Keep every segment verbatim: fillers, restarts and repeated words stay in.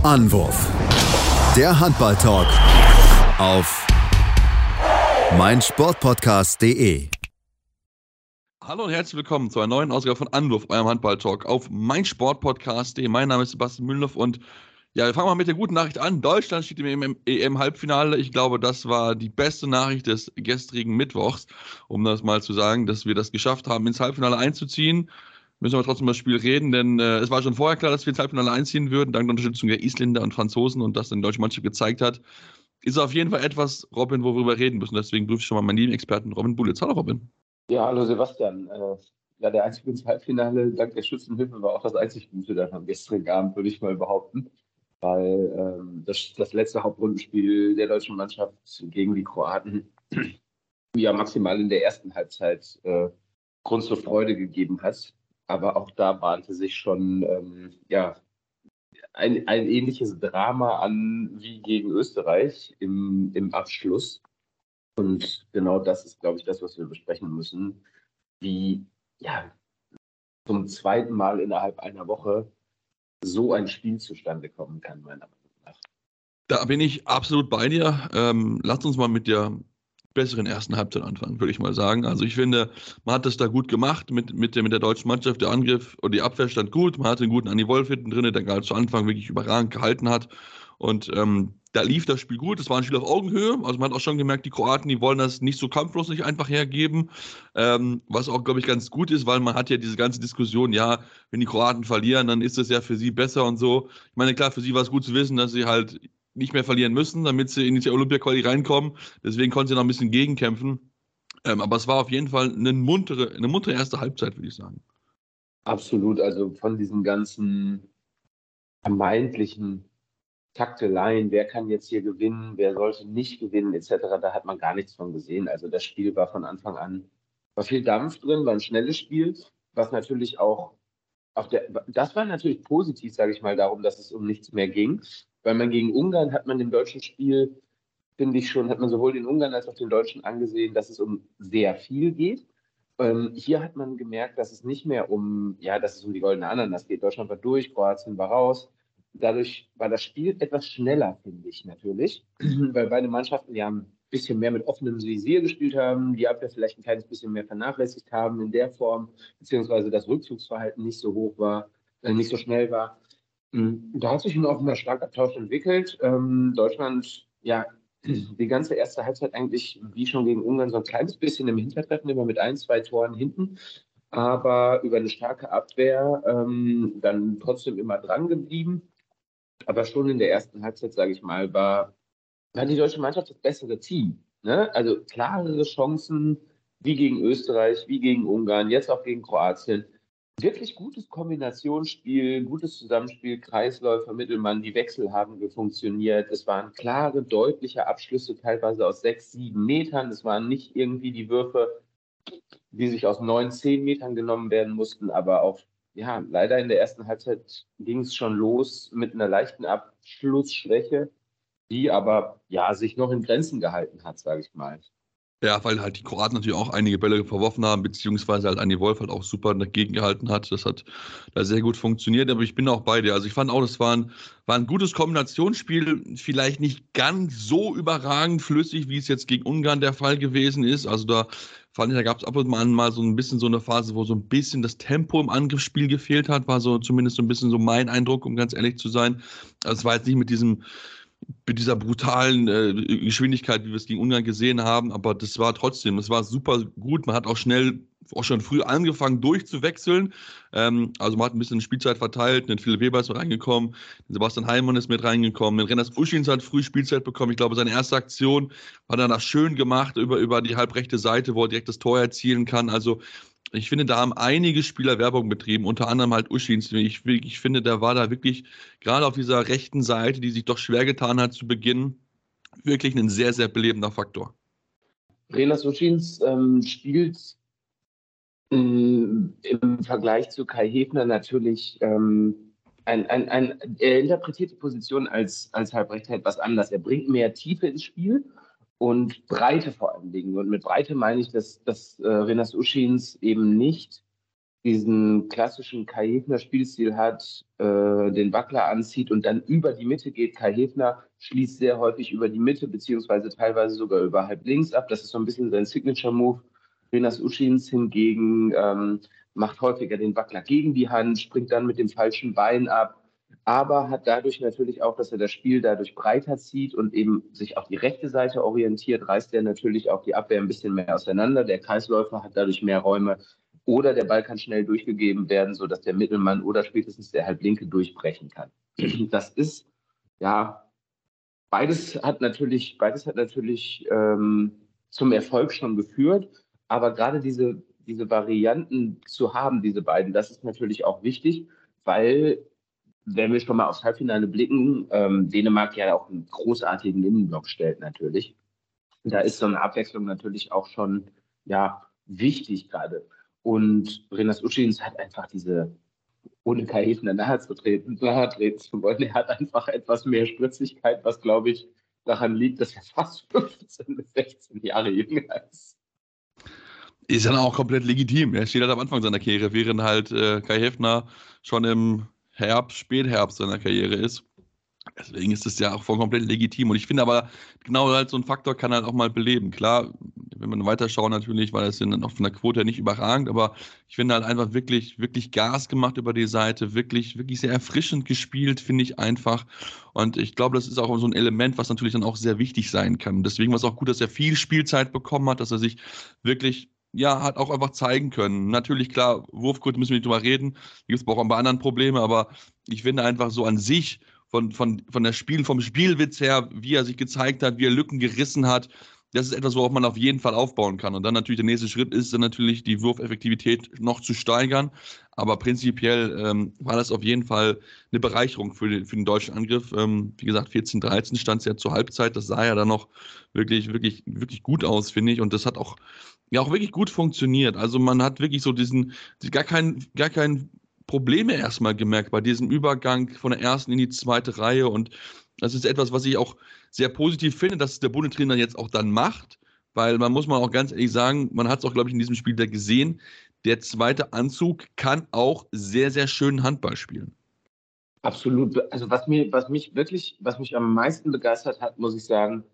Anwurf. Der Handball-Talk auf meinsportpodcast punkt de. Hallo und herzlich willkommen zu einer neuen Ausgabe von Anwurf, eurem Handball-Talk auf meinsportpodcast punkt de. Mein Name ist Sebastian Mühlenhoff und ja, wir fangen mal mit der guten Nachricht an. Deutschland steht im E M-Halbfinale. Ich glaube, das war die beste Nachricht des gestrigen Mittwochs, um das mal zu sagen, dass wir das geschafft haben, ins Halbfinale einzuziehen. Müssen wir trotzdem über das Spiel reden, denn äh, es war schon vorher klar, dass wir ins Halbfinale einziehen würden, dank der Unterstützung der Isländer und Franzosen und das dann die deutsche Mannschaft gezeigt hat. Ist auf jeden Fall etwas, Robin, wo wir darüber reden müssen. Deswegen prüfe ich schon mal meinen lieben Experten Robin Bulitz. Hallo Robin. Ja, hallo Sebastian. Äh, ja, der Einzige ins Halbfinale dank der Schützenhilfe war auch das einzig Gute dann am gestrigen Abend, würde ich mal behaupten. Weil ähm, das, das letzte Hauptrundenspiel der deutschen Mannschaft gegen die Kroaten ja maximal in der ersten Halbzeit äh, Grund zur Freude gegeben hat. Aber auch da bahnte sich schon ähm, ja, ein, ein ähnliches Drama an wie gegen Österreich im, im Abschluss. Und genau das ist, glaube ich, das, was wir besprechen müssen. Wie ja, zum zweiten Mal innerhalb einer Woche so ein Spiel zustande kommen kann, meiner Meinung nach. Da bin ich absolut bei dir. Ähm, lass uns mal mit der besseren ersten Halbzeit anfangen, würde ich mal sagen. Also ich finde, man hat das da gut gemacht mit, mit, der, mit der deutschen Mannschaft. Der Angriff und die Abwehr stand gut. Man hatte einen guten Andi Wolf hinten drin, der gerade zu Anfang wirklich überragend gehalten hat. Und ähm, da lief das Spiel gut. Es war ein Spiel auf Augenhöhe. Also man hat auch schon gemerkt, die Kroaten, die wollen das nicht so kampflos nicht einfach hergeben. Ähm, was auch, glaube ich, ganz gut ist, weil man hat ja diese ganze Diskussion, ja, wenn die Kroaten verlieren, dann ist es ja für sie besser und so. Ich meine, klar, für sie war es gut zu wissen, dass sie halt nicht mehr verlieren müssen, damit sie in die Olympia-Quali reinkommen. Deswegen konnten sie noch ein bisschen gegenkämpfen. Ähm, aber es war auf jeden Fall eine muntere, eine muntere erste Halbzeit, würde ich sagen. Absolut. Also von diesen ganzen vermeintlichen Takteleien, wer kann jetzt hier gewinnen, wer sollte nicht gewinnen, et cetera, da hat man gar nichts von gesehen. Also das Spiel war von Anfang an, war viel Dampf drin, war ein schnelles Spiel, was natürlich auch auf der, das war natürlich positiv, sage ich mal, darum, dass es um nichts mehr ging. Weil man gegen Ungarn hat man dem deutschen Spiel, finde ich schon, hat man sowohl den Ungarn als auch den Deutschen angesehen, dass es um sehr viel geht. Ähm, hier hat man gemerkt, dass es nicht mehr um, ja, dass es um die goldene Ananas geht. Deutschland war durch, Kroatien war raus. Dadurch war das Spiel etwas schneller, finde ich natürlich, weil beide Mannschaften ja ein bisschen mehr mit offenem Visier gespielt haben, die Abwehr vielleicht ein kleines bisschen mehr vernachlässigt haben in der Form, beziehungsweise das Rückzugsverhalten nicht so hoch war, äh, nicht so schnell war. Da hat sich ein offener Schlagabtausch entwickelt. Ähm, Deutschland, ja, die ganze erste Halbzeit eigentlich, wie schon gegen Ungarn, so ein kleines bisschen im Hintertreffen, immer mit ein, zwei Toren hinten, aber über eine starke Abwehr ähm, dann trotzdem immer dran geblieben. Aber schon in der ersten Halbzeit, sage ich mal, war, war die deutsche Mannschaft das bessere Team. Ne? Also klarere Chancen, wie gegen Österreich, wie gegen Ungarn, jetzt auch gegen Kroatien. Wirklich gutes Kombinationsspiel, gutes Zusammenspiel, Kreisläufer, Mittelmann, die Wechsel haben funktioniert. Es waren klare, deutliche Abschlüsse, teilweise aus sechs, sieben Metern. Es waren nicht irgendwie die Würfe, die sich aus neun, zehn Metern genommen werden mussten, aber auch, ja, leider in der ersten Halbzeit ging es schon los mit einer leichten Abschlussschwäche, die aber, ja, sich noch in Grenzen gehalten hat, sage ich mal. Ja, weil halt die Kroaten natürlich auch einige Bälle verworfen haben, beziehungsweise halt Andi Wolf halt auch super dagegen gehalten hat. Das hat da sehr gut funktioniert, aber ich bin auch bei dir. Also ich fand auch, das war ein, war ein gutes Kombinationsspiel, vielleicht nicht ganz so überragend flüssig, wie es jetzt gegen Ungarn der Fall gewesen ist. Also da fand ich, da gab es ab und an mal so ein bisschen so eine Phase, wo so ein bisschen das Tempo im Angriffsspiel gefehlt hat, war so zumindest so ein bisschen so mein Eindruck, um ganz ehrlich zu sein. Also es war jetzt nicht mit diesem mit dieser brutalen äh, Geschwindigkeit, wie wir es gegen Ungarn gesehen haben, aber das war trotzdem, es war super gut, man hat auch schnell, auch schon früh angefangen durchzuwechseln, ähm, also man hat ein bisschen Spielzeit verteilt, den Philipp Weber ist mit reingekommen, Sebastian Heimann ist mit reingekommen, den Renas Uschins hat früh Spielzeit bekommen, ich glaube seine erste Aktion war danach schön gemacht, über, über die halbrechte Seite, wo er direkt das Tor erzielen kann, also ich finde, da haben einige Spieler Werbung betrieben, unter anderem halt Uschins. Ich, ich finde, der war da wirklich, gerade auf dieser rechten Seite, die sich doch schwer getan hat zu Beginn, wirklich ein sehr, sehr belebender Faktor. Renas Uschins ähm, spielt ähm, im Vergleich zu Kai Häfner natürlich ähm, ein, ein, ein, er interpretiert die Position als, als Halbrechter etwas anders. Er bringt mehr Tiefe ins Spiel und Breite vor allen Dingen. Und mit Breite meine ich, dass, dass äh, Renas Uschins eben nicht diesen klassischen Kai Häfner-Spielstil hat, äh, den Wackler anzieht und dann über die Mitte geht. Kai Häfner schließt sehr häufig über die Mitte, beziehungsweise teilweise sogar über halb links ab. Das ist so ein bisschen sein Signature-Move. Renas Uschins hingegen ähm, macht häufiger den Wackler gegen die Hand, springt dann mit dem falschen Bein ab, aber hat dadurch natürlich auch, dass er das Spiel dadurch breiter zieht und eben sich auf die rechte Seite orientiert, reißt er natürlich auch die Abwehr ein bisschen mehr auseinander. Der Kreisläufer hat dadurch mehr Räume oder der Ball kann schnell durchgegeben werden, sodass der Mittelmann oder spätestens der Halblinke durchbrechen kann. Das ist, ja, beides hat natürlich, beides hat natürlich ähm, zum Erfolg schon geführt, aber gerade diese, diese Varianten zu haben, diese beiden, das ist natürlich auch wichtig, weil, wenn wir schon mal aufs Halbfinale blicken, ähm, Dänemark ja auch einen großartigen Innenblock stellt natürlich. Da ist so eine Abwechslung natürlich auch schon, ja, wichtig gerade. Und Renas Uschins hat einfach diese, ohne Kai Häfner nahe zu treten, nahe treten zu wollen, er hat einfach etwas mehr Spritzigkeit, was, glaube ich, daran liegt, dass er fast fünfzehn bis sechzehn Jahre jünger ist. Ist dann auch komplett legitim. Er steht halt am Anfang seiner Karriere, während halt äh, Kai Häfner schon im Herbst, Spätherbst seiner Karriere ist. Deswegen ist es ja auch voll komplett legitim. Und ich finde aber, genau halt so ein Faktor kann halt auch mal beleben. Klar, wenn man weiterschaut natürlich, weil das dann auch von der Quote nicht überragend, aber ich finde halt einfach wirklich, wirklich Gas gemacht über die Seite, wirklich, wirklich sehr erfrischend gespielt, finde ich einfach. Und ich glaube, das ist auch so ein Element, was natürlich dann auch sehr wichtig sein kann. Deswegen war es auch gut, dass er viel Spielzeit bekommen hat, dass er sich wirklich, ja, hat auch einfach zeigen können. Natürlich, klar, Wurfquote müssen wir nicht drüber reden. Hier gibt es auch ein paar anderen Probleme, aber ich finde einfach so an sich, Von, von, von der Spiel, vom Spielwitz her, wie er sich gezeigt hat, wie er Lücken gerissen hat, das ist etwas, worauf man auf jeden Fall aufbauen kann. Und dann natürlich der nächste Schritt ist dann natürlich die Wurfeffektivität noch zu steigern. Aber prinzipiell ähm, war das auf jeden Fall eine Bereicherung für den, für den deutschen Angriff. Ähm, wie gesagt, vierzehn dreizehn stand es ja zur Halbzeit. Das sah ja dann noch wirklich, wirklich, wirklich gut aus, finde ich. Und das hat auch, ja, auch wirklich gut funktioniert. Also man hat wirklich so diesen, gar keinen, gar keinen Probleme erstmal gemerkt bei diesem Übergang von der ersten in die zweite Reihe. Und das ist etwas, was ich auch sehr positiv finde, dass der Bundestrainer jetzt auch dann macht, weil man muss mal auch ganz ehrlich sagen, man hat es auch, glaube ich, in diesem Spiel da gesehen, der zweite Anzug kann auch sehr, sehr schön Handball spielen. Absolut. Also was mir, was mich wirklich, was mich am meisten begeistert hat, muss ich sagen,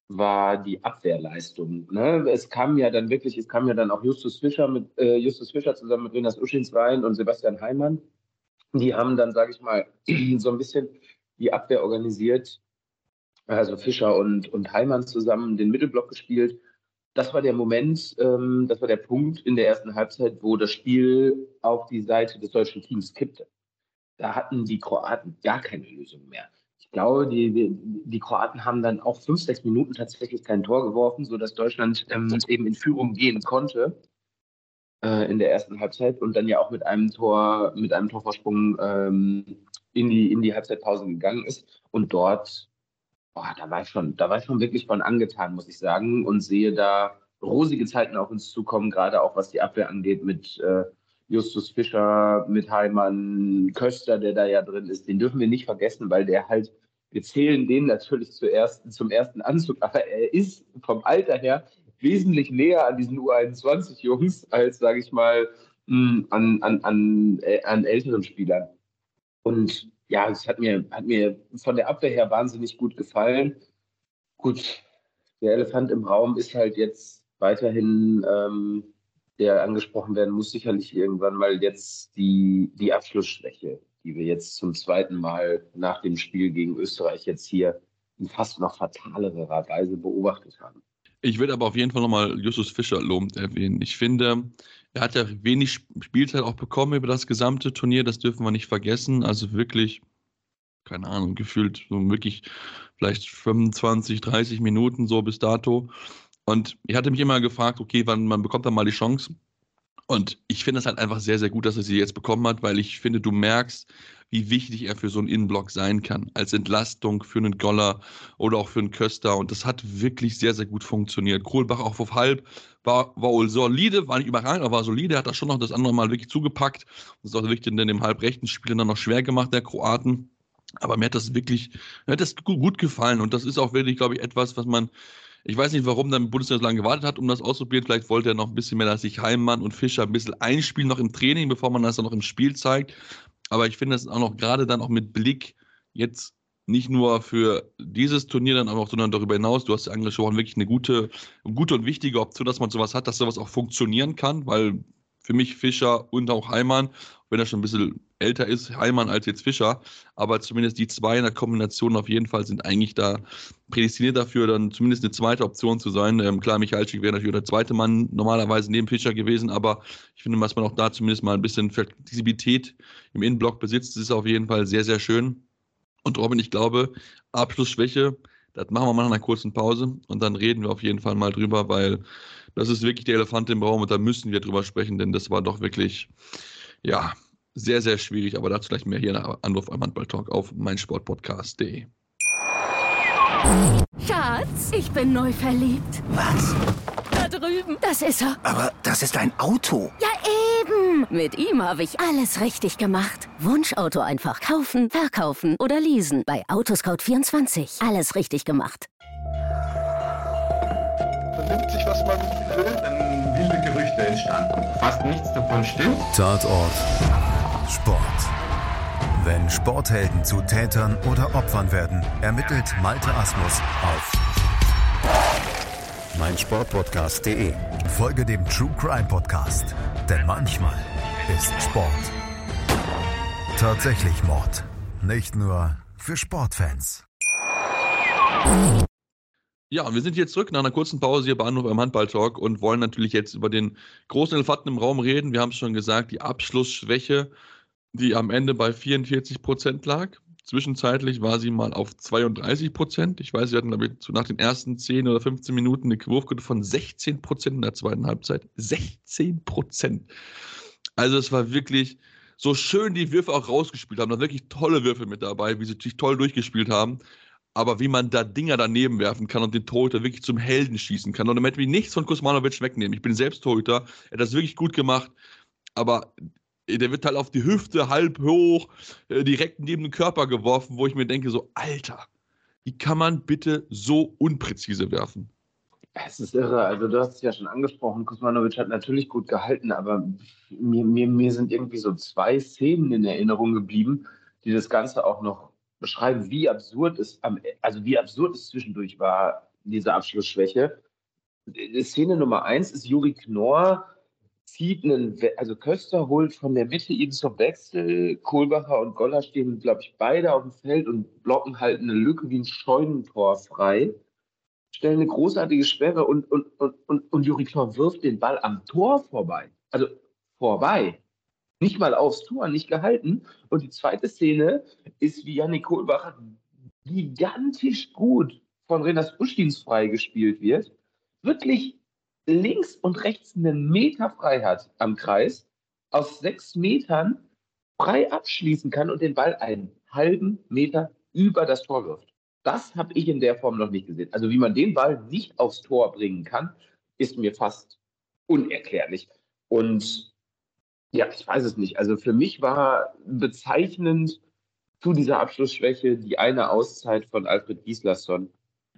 war die Abwehrleistung. Ne? Es kam ja dann wirklich, es kam ja dann auch Justus Fischer mit äh, Justus Fischer zusammen mit Renas Uschins rein und Sebastian Heimann. Die haben dann, sage ich mal, so ein bisschen die Abwehr organisiert. Also Fischer und, und Heimann zusammen den Mittelblock gespielt. Das war der Moment, ähm, das war der Punkt in der ersten Halbzeit, wo das Spiel auf die Seite des deutschen Teams kippte. Da hatten die Kroaten gar keine Lösung mehr. Ich glaube, die, die, die Kroaten haben dann auch fünf, sechs Minuten tatsächlich kein Tor geworfen, sodass Deutschland ähm, eben in Führung gehen konnte äh, in der ersten Halbzeit und dann ja auch mit einem Tor, mit einem Torvorsprung ähm, in die, in die Halbzeitpause gegangen ist. Und dort, boah, da war ich schon, da war ich schon wirklich von angetan, muss ich sagen, und sehe da rosige Zeiten auf uns zukommen, gerade auch was die Abwehr angeht mit äh, Justus Fischer, mit Heimann, Köster, der da ja drin ist. Den dürfen wir nicht vergessen, weil der halt, wir zählen den natürlich zuerst, zum ersten Anzug, aber er ist vom Alter her wesentlich näher an diesen U einundzwanzig-Jungs als, sage ich mal, mh, an, an, an, äh, an älteren Spielern. Und ja, es hat mir, hat mir von der Abwehr her wahnsinnig gut gefallen. Gut, der Elefant im Raum ist halt jetzt weiterhin, ähm, der angesprochen werden muss, sicherlich irgendwann mal jetzt die, die Abschlussschwäche, die wir jetzt zum zweiten Mal nach dem Spiel gegen Österreich jetzt hier in fast noch fatalerer Weise beobachtet haben. Ich würde aber auf jeden Fall nochmal Justus Fischer lobend erwähnen. Ich finde, er hat ja wenig Spielzeit auch bekommen über das gesamte Turnier, das dürfen wir nicht vergessen. Also wirklich, keine Ahnung, gefühlt so wirklich vielleicht fünfundzwanzig, dreißig Minuten so bis dato. Und ich hatte mich immer gefragt, okay, wann man bekommt dann mal die Chance? Und ich finde es halt einfach sehr, sehr gut, dass er sie jetzt bekommen hat, weil ich finde, du merkst, wie wichtig er für so einen Innenblock sein kann. Als Entlastung für einen Goller oder auch für einen Köster. Und das hat wirklich sehr, sehr gut funktioniert. Kohlbach auch auf halb war, war wohl solide, war nicht überragend, aber war solide. Er hat das schon noch das andere Mal wirklich zugepackt. Das ist auch wirklich in dem halbrechten Spiel dann noch schwer gemacht, der Kroaten. Aber mir hat das wirklich, mir hat das gut gefallen. Und das ist auch wirklich, glaube ich, etwas, was man Ich weiß nicht, warum dann Bundesliga so lange gewartet hat, um das auszuprobieren. Vielleicht wollte er noch ein bisschen mehr, dass sich Heilmann und Fischer ein bisschen einspielen, noch im Training, bevor man das dann noch im Spiel zeigt. Aber ich finde das auch noch gerade dann auch mit Blick jetzt nicht nur für dieses Turnier dann auch, sondern darüber hinaus, du hast ja angesprochen, wirklich eine gute, gute und wichtige Option, dass man sowas hat, dass sowas auch funktionieren kann, weil für mich Fischer und auch Heilmann, wenn er schon ein bisschen älter ist, Heilmann als jetzt Fischer, aber zumindest die zwei in der Kombination auf jeden Fall sind eigentlich da prädestiniert dafür, dann zumindest eine zweite Option zu sein. Ähm, klar, Michalczyk wäre natürlich der zweite Mann normalerweise neben Fischer gewesen, aber ich finde, dass man auch da zumindest mal ein bisschen Flexibilität im Innenblock besitzt, ist auf jeden Fall sehr, sehr schön. Und Robin, ich glaube, Abschlussschwäche, das machen wir mal nach einer kurzen Pause und dann reden wir auf jeden Fall mal drüber, weil das ist wirklich der Elefant im Raum und da müssen wir drüber sprechen, denn das war doch wirklich, ja, sehr, sehr schwierig. Aber dazu gleich mehr hier nach Anruf am Handball-Talk auf meinsportpodcast punkt de. Schatz, ich bin neu verliebt. Was? Da drüben. Das ist er. Aber das ist ein Auto. Ja, eben. Mit ihm habe ich alles richtig gemacht. Wunschauto einfach kaufen, verkaufen oder leasen. Bei Autoscout vierundzwanzig. Alles richtig gemacht. Vernimmt sich, was man will. Dann wilde Gerüchte entstanden. Fast nichts davon stimmt. Tatort Sport. Wenn Sporthelden zu Tätern oder Opfern werden, ermittelt Malte Asmus auf meinsportpodcast punkt de. Folge dem True Crime Podcast, denn manchmal ist Sport tatsächlich Mord. Nicht nur für Sportfans. Ja, wir sind jetzt zurück nach einer kurzen Pause hier bei Anruf beim Handball-Talk und wollen natürlich jetzt über den großen Elefanten im Raum reden. Wir haben es schon gesagt, die Abschlussschwäche, die am Ende bei vierundvierzig Prozent lag. Zwischenzeitlich war sie mal auf zweiunddreißig Prozent. Ich weiß, wir hatten, glaube ich, nach den ersten zehn oder fünfzehn Minuten eine Wurfquote von sechzehn Prozent in der zweiten Halbzeit. sechzehn Prozent. Also es war wirklich so schön, die Würfe auch rausgespielt haben. Da waren wirklich tolle Würfe mit dabei, wie sie sich toll durchgespielt haben. Aber wie man da Dinger daneben werfen kann und den Torhüter wirklich zum Helden schießen kann. Und damit will ich nichts von Kuzmanovic wegnehmen. Ich bin selbst Torhüter. Er hat das wirklich gut gemacht. Aber der wird halt auf die Hüfte halb hoch, äh, direkt neben den Körper geworfen, wo ich mir denke, so, Alter, wie kann man bitte so unpräzise werfen? Es ist irre. Also du hast es ja schon angesprochen, Kuzmanovic hat natürlich gut gehalten, aber mir, mir, mir sind irgendwie so zwei Szenen in Erinnerung geblieben, die das Ganze auch noch beschreiben, wie absurd es am, also wie absurd es zwischendurch war, diese Abschlussschwäche. Die Szene Nummer eins ist Juri Knorr, zieht einen, also Köster holt von der Mitte ihn zum Wechsel, Kohlbacher und Goller stehen, glaube ich, beide auf dem Feld und blocken halt eine Lücke wie ein Scheunentor frei, stellen eine großartige Sperre und, und, und, und, und Juri Knorr wirft den Ball am Tor vorbei. Also vorbei. Nicht mal aufs Tor, nicht gehalten. Und die zweite Szene ist, wie Yannick Kohlbacher gigantisch gut von Renas Uschins freigespielt wird. Wirklich links und rechts einen Meter frei hat am Kreis, aus sechs Metern frei abschließen kann und den Ball einen halben Meter über das Tor wirft. Das habe ich in der Form noch nicht gesehen. Also wie man den Ball nicht aufs Tor bringen kann, ist mir fast unerklärlich. Und ja, ich weiß es nicht. Also für mich war bezeichnend zu dieser Abschlussschwäche die eine Auszeit von Alfred Gislason,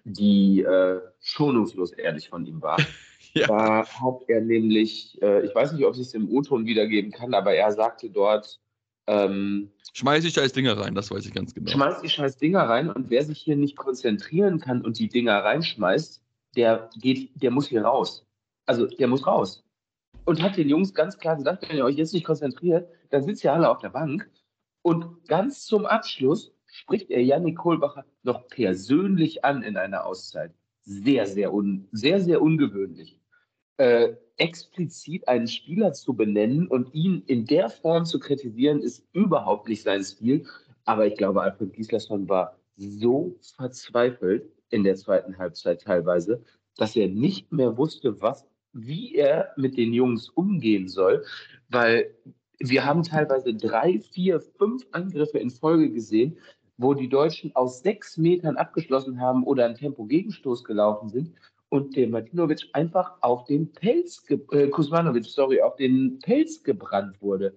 die äh, schonungslos ehrlich von ihm war. Ja. Da hat er nämlich, äh, ich weiß nicht, ob ich es im O-Ton wiedergeben kann, aber er sagte dort, ähm, schmeiß die scheiß Dinger rein, das weiß ich ganz genau. Schmeiß die scheiß Dinger rein und wer sich hier nicht konzentrieren kann und die Dinger reinschmeißt, der geht, der muss hier raus. Also der muss raus. Und hat den Jungs ganz klar gesagt, wenn ihr euch jetzt nicht konzentriert, dann sitzt ihr alle auf der Bank. Und ganz zum Abschluss spricht er Yannick Kohlbacher noch persönlich an in einer Auszeit. Sehr, sehr, un, sehr, sehr ungewöhnlich. Äh, explizit einen Spieler zu benennen und ihn in der Form zu kritisieren, ist überhaupt nicht sein Stil. Aber ich glaube, Alfred Gislason war so verzweifelt in der zweiten Halbzeit teilweise, dass er nicht mehr wusste, was, wie er mit den Jungs umgehen soll. Weil wir haben teilweise drei, vier, fünf Angriffe in Folge gesehen, wo die Deutschen aus sechs Metern abgeschlossen haben oder einen Tempo-Gegenstoß gelaufen sind und der Martinovic einfach auf den Pelz, ge- äh, Kuzmanovic, sorry, auf den Pelz gebrannt wurde.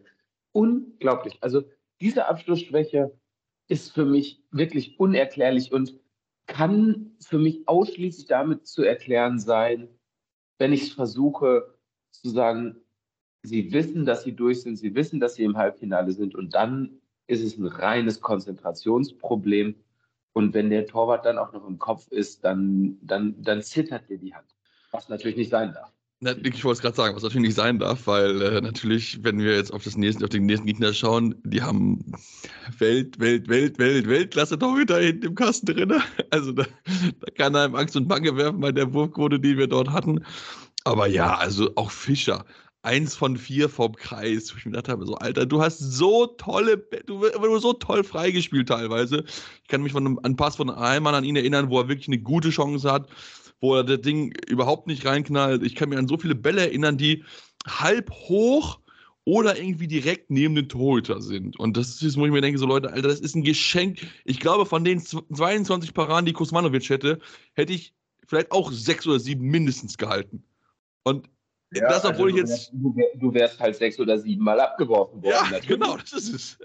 Unglaublich. Also diese Abschlussschwäche ist für mich wirklich unerklärlich und kann für mich ausschließlich damit zu erklären sein, wenn ich es versuche zu sagen, sie wissen, dass sie durch sind, sie wissen, dass sie im Halbfinale sind und dann ist es ein reines Konzentrationsproblem. Und wenn der Torwart dann auch noch im Kopf ist, dann, dann, dann zittert dir die Hand. Was natürlich nicht sein darf. Na, ich wollte es gerade sagen, was natürlich nicht sein darf, weil äh, natürlich, wenn wir jetzt auf, das nächste, auf den nächsten Gegner schauen, die haben Welt, Welt, Welt, Welt, Weltklasse-Torhüter hinten im Kasten drin. Also da, da kann einem Angst und Bange werfen bei der Wurfquote, die wir dort hatten. Aber ja, also auch Fischer. Eins von vier vom Kreis. Wo ich mir gedacht habe, so, Alter, du hast so tolle, du, du so toll freigespielt teilweise. Ich kann mich von einem, an einen Pass von Heimann an ihn erinnern, wo er wirklich eine gute Chance hat, wo er das Ding überhaupt nicht reinknallt. Ich kann mich an so viele Bälle erinnern, die halb hoch oder irgendwie direkt neben den Torhüter sind. Und das ist, wo ich mir denke, so Leute, Alter, das ist ein Geschenk. Ich glaube, von den zweiundzwanzig Paraden, die Kuzmanovic hätte, hätte ich vielleicht auch sechs oder sieben mindestens gehalten. Und ja, das, obwohl also ich jetzt... Du, wär, du wärst halt sechs oder sieben Mal abgeworfen worden. Ja, natürlich. genau, das ist es.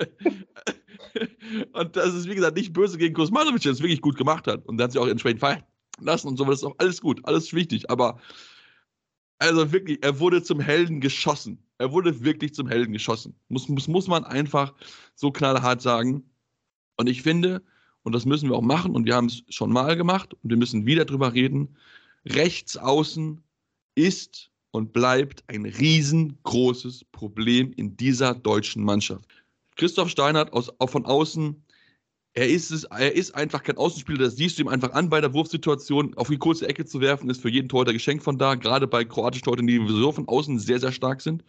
Und das ist, wie gesagt, nicht böse gegen Kuzmanovic, der es wirklich gut gemacht hat. Und der hat sich auch entsprechend feiern lassen und so, das ist auch alles gut, alles wichtig. Aber, also wirklich, er wurde zum Helden geschossen. Er wurde wirklich zum Helden geschossen. Muss, muss, muss man einfach so knallhart sagen. Und ich finde, und das müssen wir auch machen, und wir haben es schon mal gemacht, und wir müssen wieder drüber reden, rechts außen ist und bleibt ein riesengroßes Problem in dieser deutschen Mannschaft. Christoph Steinert aus, auch von außen, er ist, es, er ist einfach kein Außenspieler, das siehst du ihm einfach an bei der Wurfsituation. Auf die kurze Ecke zu werfen, ist für jeden Torhüter Geschenk von da, gerade bei kroatischen Torhütern, die sowieso von außen sehr, sehr stark sind.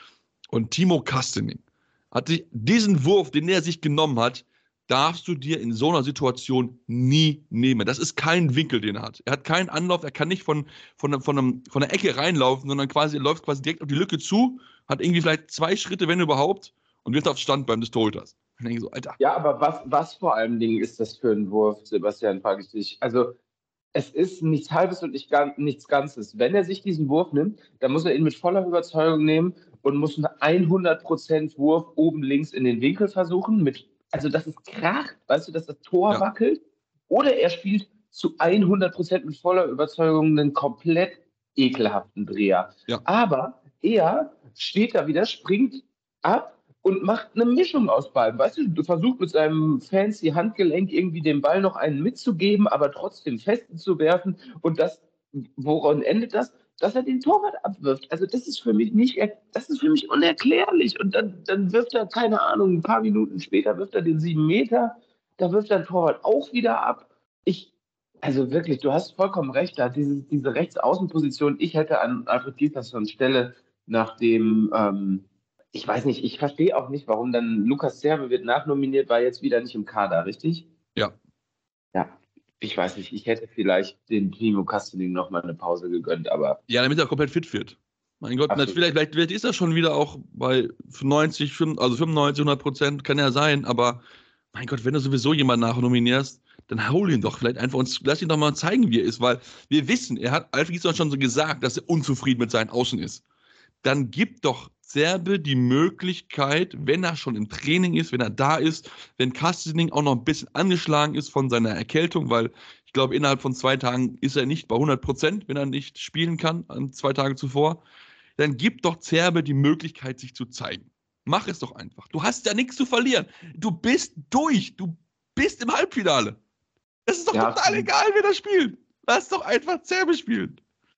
Und Timo Kastening hat sich diesen Wurf, den er sich genommen hat, darfst du dir in so einer Situation nie nehmen. Das ist kein Winkel, den er hat. Er hat keinen Anlauf, er kann nicht von, von, von, einem, von der Ecke reinlaufen, sondern quasi, er läuft quasi direkt auf die Lücke zu, hat irgendwie vielleicht zwei Schritte, wenn überhaupt, und wird aufs Standbein des Torhüters. Und denke so, Alter. Ja, aber was, was vor allen Dingen ist das für ein Wurf, Sebastian, frage ich dich. Also, es ist nichts Halbes und nicht, nichts Ganzes. Wenn er sich diesen Wurf nimmt, dann muss er ihn mit voller Überzeugung nehmen und muss einen hundert Prozent Wurf oben links in den Winkel versuchen, mit Also, dass es kracht, weißt du, dass das Tor ja. wackelt. Oder er spielt zu hundert Prozent mit voller Überzeugung einen komplett ekelhaften Dreher. Ja. Aber er steht da wieder, springt ab und macht eine Mischung aus beiden. Weißt du, du versuchst mit seinem fancy Handgelenk irgendwie dem Ball noch einen mitzugeben, aber trotzdem fest zu werfen. Und das, woran endet das? Dass er den Torwart abwirft. Also das ist für mich nicht, das ist für mich unerklärlich. Und dann, dann wirft er, keine Ahnung, ein paar Minuten später wirft er den sieben Meter, da wirft der Torwart auch wieder ab. Ich, also wirklich, du hast vollkommen recht, da diese, diese Rechtsaußenposition, ich hätte an Alfred Gislason Stelle nach dem, ähm, ich weiß nicht, ich verstehe auch nicht, warum dann Lukas Zerbe wird nachnominiert, war jetzt wieder nicht im Kader, richtig? Ja. Ja. Ich weiß nicht, ich hätte vielleicht den Timo Kastening noch mal eine Pause gegönnt, aber... Ja, damit er komplett fit wird. Mein Gott, vielleicht, vielleicht, vielleicht ist er schon wieder auch bei neunzig, also fünfundneunzig, hundert Prozent, kann ja sein, aber mein Gott, wenn du sowieso jemanden nachnominierst, dann hol ihn doch vielleicht einfach und lass ihn doch mal zeigen, wie er ist, weil wir wissen, er hat Alfred Gislason schon so gesagt, dass er unzufrieden mit seinen Außen ist. Dann gibt doch Zerbe die Möglichkeit, wenn er schon im Training ist, wenn er da ist, wenn Kastening auch noch ein bisschen angeschlagen ist von seiner Erkältung, weil ich glaube, innerhalb von zwei Tagen ist er nicht bei hundert Prozent, wenn er nicht spielen kann, an zwei Tage zuvor, dann gibt doch Zerbe die Möglichkeit, sich zu zeigen. Mach es doch einfach. Du hast ja nichts zu verlieren. Du bist durch. Du bist im Halbfinale. Es ist doch ja, total egal, wer da spielt. Lass doch einfach Zerbe spielen.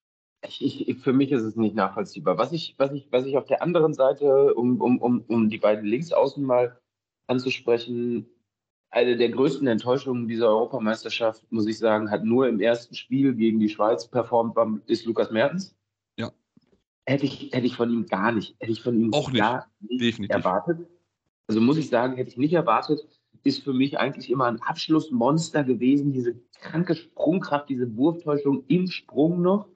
Ich, ich, für mich ist es nicht nachvollziehbar. Was ich, was ich, was ich auf der anderen Seite, um, um, um, um die beiden Linksaußen mal anzusprechen, eine der größten Enttäuschungen dieser Europameisterschaft, muss ich sagen, hat nur im ersten Spiel gegen die Schweiz performt, ist Lukas Mertens. Ja. Hätte ich, hätte ich von ihm gar nicht, hätte ich von ihm auch nicht, gar nicht definitiv erwartet. Also muss ich sagen, hätte ich nicht erwartet, ist für mich eigentlich immer ein Abschlussmonster gewesen, diese kranke Sprungkraft, diese Wurftäuschung im Sprung noch.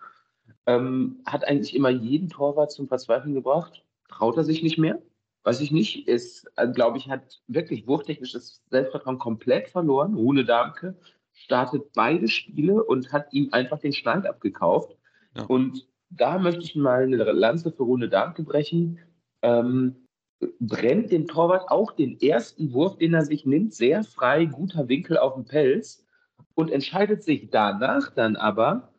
Ähm, hat eigentlich immer jeden Torwart zum Verzweifeln gebracht. Traut er sich nicht mehr? Weiß ich nicht. Ist, äh, glaube ich, hat wirklich wurftechnisches Selbstvertrauen komplett verloren. Rune Darmke startet beide Spiele und hat ihm einfach den Schneid abgekauft. Ja. Und da möchte ich mal eine Lanze für Rune Darmke brechen. Ähm, brennt dem Torwart auch den ersten Wurf, den er sich nimmt, sehr frei, guter Winkel auf dem Pelz. und entscheidet sich danach dann aber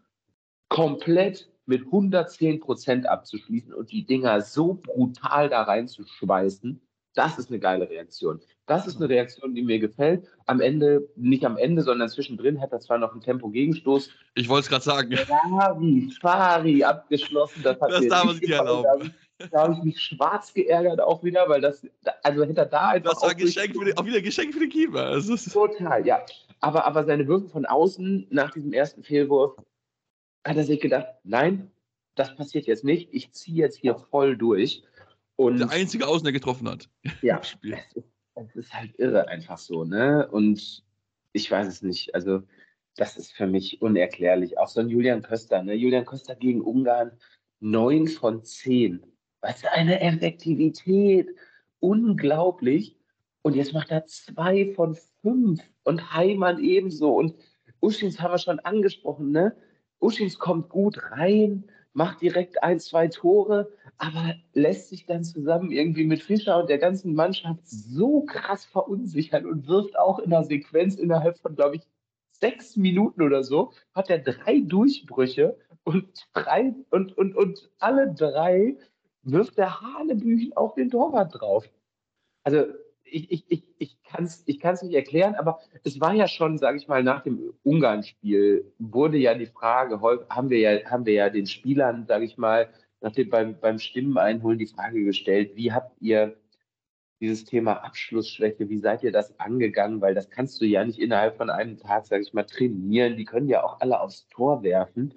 komplett mit hundertzehn Prozent abzuschließen und die Dinger so brutal da reinzuschweißen. Das ist eine geile Reaktion. Das ist eine Reaktion, die mir gefällt. Am Ende, nicht am Ende, sondern zwischendrin hat er zwar noch einen Tempo-Gegenstoß. Ich wollte es gerade sagen. Fari, Fari abgeschlossen. Das, hat das mir darf man nicht sich nicht gefallen. erlauben. Da habe ich mich schwarz geärgert auch wieder, weil das, also hätte er da einfach. Das war Geschenk für den, auch wieder ein Geschenk für den Keeper. Also total, ja. Aber, aber seine Würfe von außen nach diesem ersten Fehlwurf hat er sich gedacht, nein, das passiert jetzt nicht. Ich ziehe jetzt hier voll durch. Und der einzige Außen, der getroffen hat. Ja, es ist, es ist halt irre einfach so, ne? Und ich weiß es nicht. Also, das ist für mich unerklärlich. Auch so ein Julian Köster, ne? Julian Köster gegen Ungarn, neun von zehn. Was eine Effektivität. Unglaublich. Und jetzt macht er zwei von fünf. Und Heimann ebenso. Und Uschins haben wir schon angesprochen, ne? Uschins kommt gut rein, macht direkt ein, zwei Tore, aber lässt sich dann zusammen irgendwie mit Fischer und der ganzen Mannschaft so krass verunsichern und wirft auch in einer Sequenz innerhalb von, glaube ich, sechs Minuten oder so, hat er drei Durchbrüche und drei und, und, und alle drei wirft der Hanebüchen auf den Torwart drauf. Also ich, ich, ich, ich kann es ich kann's nicht erklären, aber es war ja schon, sage ich mal, nach dem Ungarn-Spiel wurde ja die Frage, haben wir ja, haben wir ja den Spielern, sage ich mal, nach dem, beim, beim Stimmen einholen die Frage gestellt, wie habt ihr dieses Thema Abschlussschwäche, wie seid ihr das angegangen? Weil das kannst du ja nicht innerhalb von einem Tag, sage ich mal, trainieren. Die können ja auch alle aufs Tor werfen.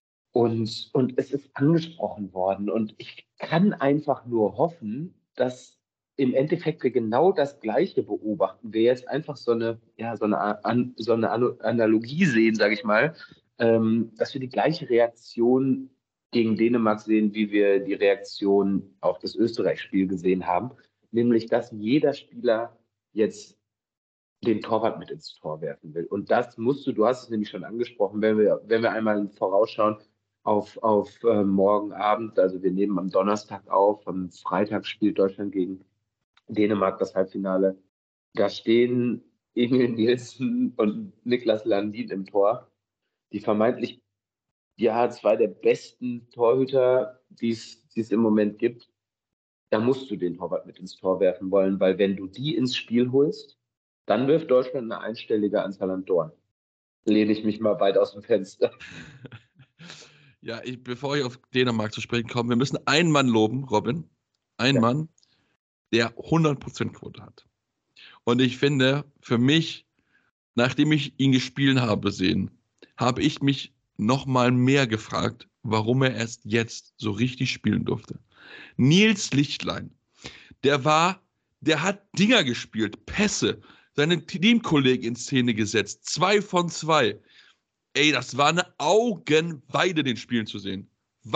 Und, und es ist angesprochen worden. Und ich kann einfach nur hoffen, dass im Endeffekt wir genau das Gleiche beobachten. Wir jetzt einfach so eine, ja, so eine, an, so eine Analogie sehen, sage ich mal, ähm, dass wir die gleiche Reaktion gegen Dänemark sehen, wie wir die Reaktion auf das Österreich-Spiel gesehen haben. Nämlich, dass jeder Spieler jetzt den Torwart mit ins Tor werfen will. Und das musst du, du hast es nämlich schon angesprochen, wenn wir, wenn wir einmal vorausschauen auf, auf äh, morgen Abend, also wir nehmen am Donnerstag auf, am Freitag spielt Deutschland gegen Dänemark das Halbfinale. Da stehen Emil Nielsen und Niklas Landin im Tor, die vermeintlich ja zwei der besten Torhüter, die es im Moment gibt. Da musst du den Torwart mit ins Tor werfen wollen, weil wenn du die ins Spiel holst, dann wirft Deutschland eine einstellige Anzahl an Toren. Lehne ich mich mal weit aus dem Fenster. Ja, ich, bevor ich auf Dänemark zu sprechen komme, wir müssen einen Mann loben, Robin. Einen ja. Mann, der hundert Prozent Quote hat. Und ich finde, für mich, nachdem ich ihn gespielt habe sehen, habe ich mich noch mal mehr gefragt, warum er erst jetzt so richtig spielen durfte. Nils Lichtlein, der war, der hat Dinger gespielt, Pässe, seine Teamkollegen in Szene gesetzt, zwei von zwei. Ey, das war eine Augenweide, den Spielen zu sehen.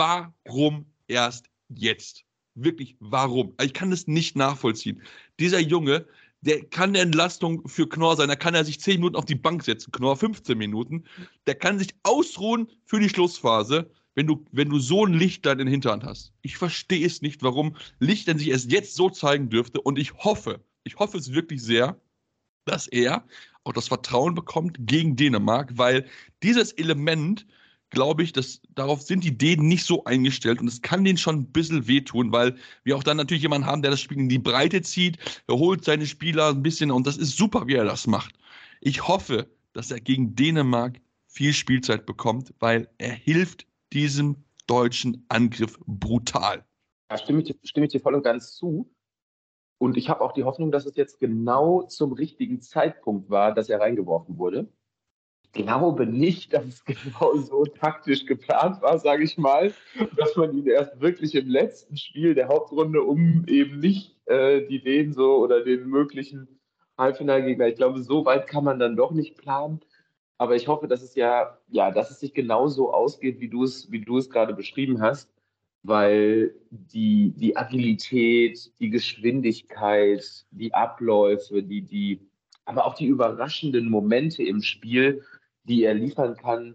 Warum erst jetzt? Wirklich, warum? Ich kann das nicht nachvollziehen. Dieser Junge, der kann eine Entlastung für Knorr sein, da kann er sich zehn Minuten auf die Bank setzen, Knorr fünfzehn Minuten, der kann sich ausruhen für die Schlussphase, wenn du, wenn du so ein Lichtlein in der Hinterhand hast. Ich verstehe es nicht, warum Lichtlein sich erst jetzt so zeigen dürfte und ich hoffe, ich hoffe es wirklich sehr, dass er auch das Vertrauen bekommt gegen Dänemark, weil dieses Element, glaube ich, dass, darauf sind die Dänen nicht so eingestellt und es kann denen schon ein bisschen wehtun, weil wir auch dann natürlich jemanden haben, der das Spiel in die Breite zieht, er holt seine Spieler ein bisschen und das ist super, wie er das macht. Ich hoffe, dass er gegen Dänemark viel Spielzeit bekommt, weil er hilft diesem deutschen Angriff brutal. Da stimme ich, stimme ich dir voll und ganz zu. Und ich habe auch die Hoffnung, dass es jetzt genau zum richtigen Zeitpunkt war, dass er reingeworfen wurde. Ich glaube nicht, dass es genau so taktisch geplant war, sage ich mal, dass man ihn erst wirklich im letzten Spiel der Hauptrunde, um eben nicht äh, die Dänen so oder den möglichen Halbfinalgegner, ich glaube, so weit kann man dann doch nicht planen. Aber ich hoffe, dass es ja, ja, dass es sich genauso ausgeht, wie du es, wie du es gerade beschrieben hast, weil die, die Agilität, die Geschwindigkeit, die Abläufe, die, die, aber auch die überraschenden Momente im Spiel, die er liefern kann,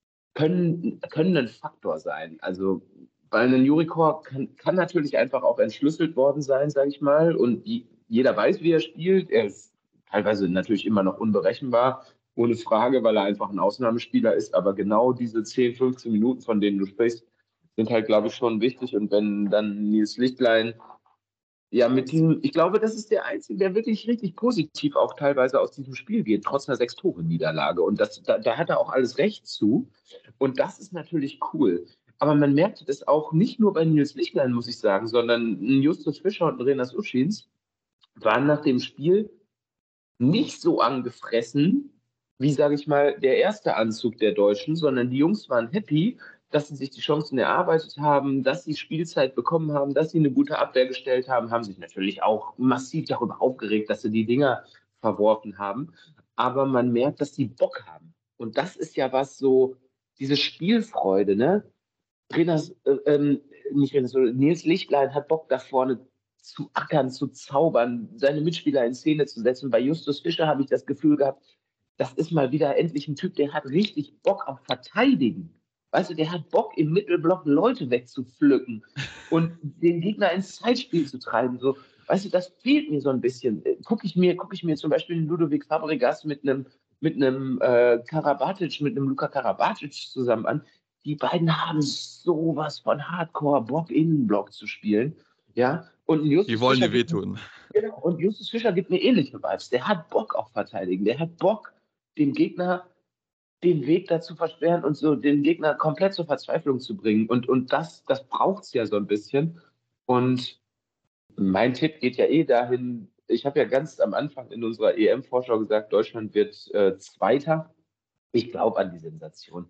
können, können ein Faktor sein. Also, weil ein Jurikor kann, kann natürlich einfach auch entschlüsselt worden sein, sage ich mal, und die, jeder weiß, wie er spielt. Er ist teilweise natürlich immer noch unberechenbar, ohne Frage, weil er einfach ein Ausnahmespieler ist. Aber genau diese zehn, fünfzehn Minuten, von denen du sprichst, sind halt, glaube ich, schon wichtig. Und wenn dann Nils Lichtlein, ja, mit diesem, ich glaube, das ist der Einzige, der wirklich richtig positiv auch teilweise aus diesem Spiel geht, trotz einer Sechs-Tore-Niederlage. Und das, da, da hat er auch alles recht zu. Und das ist natürlich cool. Aber man merkt das auch nicht nur bei Nils Lichtlein, muss ich sagen, sondern ein Justus Fischer und ein Renas Uschins waren nach dem Spiel nicht so angefressen, wie, sage ich mal, der erste Anzug der Deutschen, sondern die Jungs waren happy, dass sie sich die Chancen erarbeitet haben, dass sie Spielzeit bekommen haben, dass sie eine gute Abwehr gestellt haben, haben sich natürlich auch massiv darüber aufgeregt, dass sie die Dinger verworfen haben. Aber man merkt, dass die Bock haben. Und das ist ja was so, diese Spielfreude, ne? Renas, äh, ähm, nicht Renas, Nils Lichtlein hat Bock da vorne zu ackern, zu zaubern, seine Mitspieler in Szene zu setzen. Bei Justus Fischer habe ich das Gefühl gehabt, das ist mal wieder endlich ein Typ, der hat richtig Bock auf Verteidigen. Weißt du, der hat Bock, im Mittelblock Leute wegzupflücken und den Gegner ins Zeitspiel zu treiben. So, weißt du, das fehlt mir so ein bisschen. Gucke ich mir, guck ich mir zum Beispiel den Ludovic Fabregas mit einem mit einem äh, Karabatic, mit einem Luka Karabatic zusammen an. Die beiden haben sowas von Hardcore-Bock, Innenblock zu spielen. Ja, und Justus Die wollen Fischer dir wehtun. gibt, genau, und Justus Fischer gibt mir ähnliche Vibes. Der hat Bock auf Verteidigen. Der hat Bock, dem Gegner den Weg dazu versperren und so den Gegner komplett zur Verzweiflung zu bringen. Und, und das, das braucht es ja so ein bisschen. Und mein Tipp geht ja eh dahin, ich habe ja ganz am Anfang in unserer E M-Vorschau gesagt, Deutschland wird äh, Zweiter. Ich glaube an die Sensation.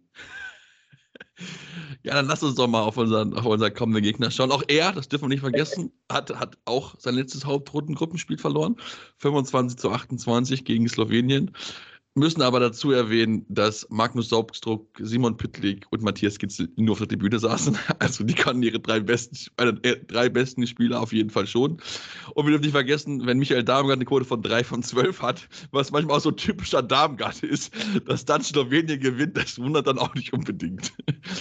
Ja, dann lass uns doch mal auf unseren, auf unseren kommenden Gegner schauen. Auch er, das dürfen wir nicht vergessen, hat, hat auch sein letztes Hauptrundengruppenspiel verloren. fünfundzwanzig zu achtundzwanzig gegen Slowenien. Müssen aber dazu erwähnen, dass Magnus Saubstruck, Simon Pytlik und Matthias Gitzel nur auf der Tribüne saßen. Also die kannten ihre drei besten, äh, drei besten Spieler auf jeden Fall schon. Und wir dürfen nicht vergessen, wenn Michael Darmgard eine Quote von drei von zwölf hat, was manchmal auch so typischer Darmgard ist, dass dann Slowenien gewinnt, das wundert dann auch nicht unbedingt.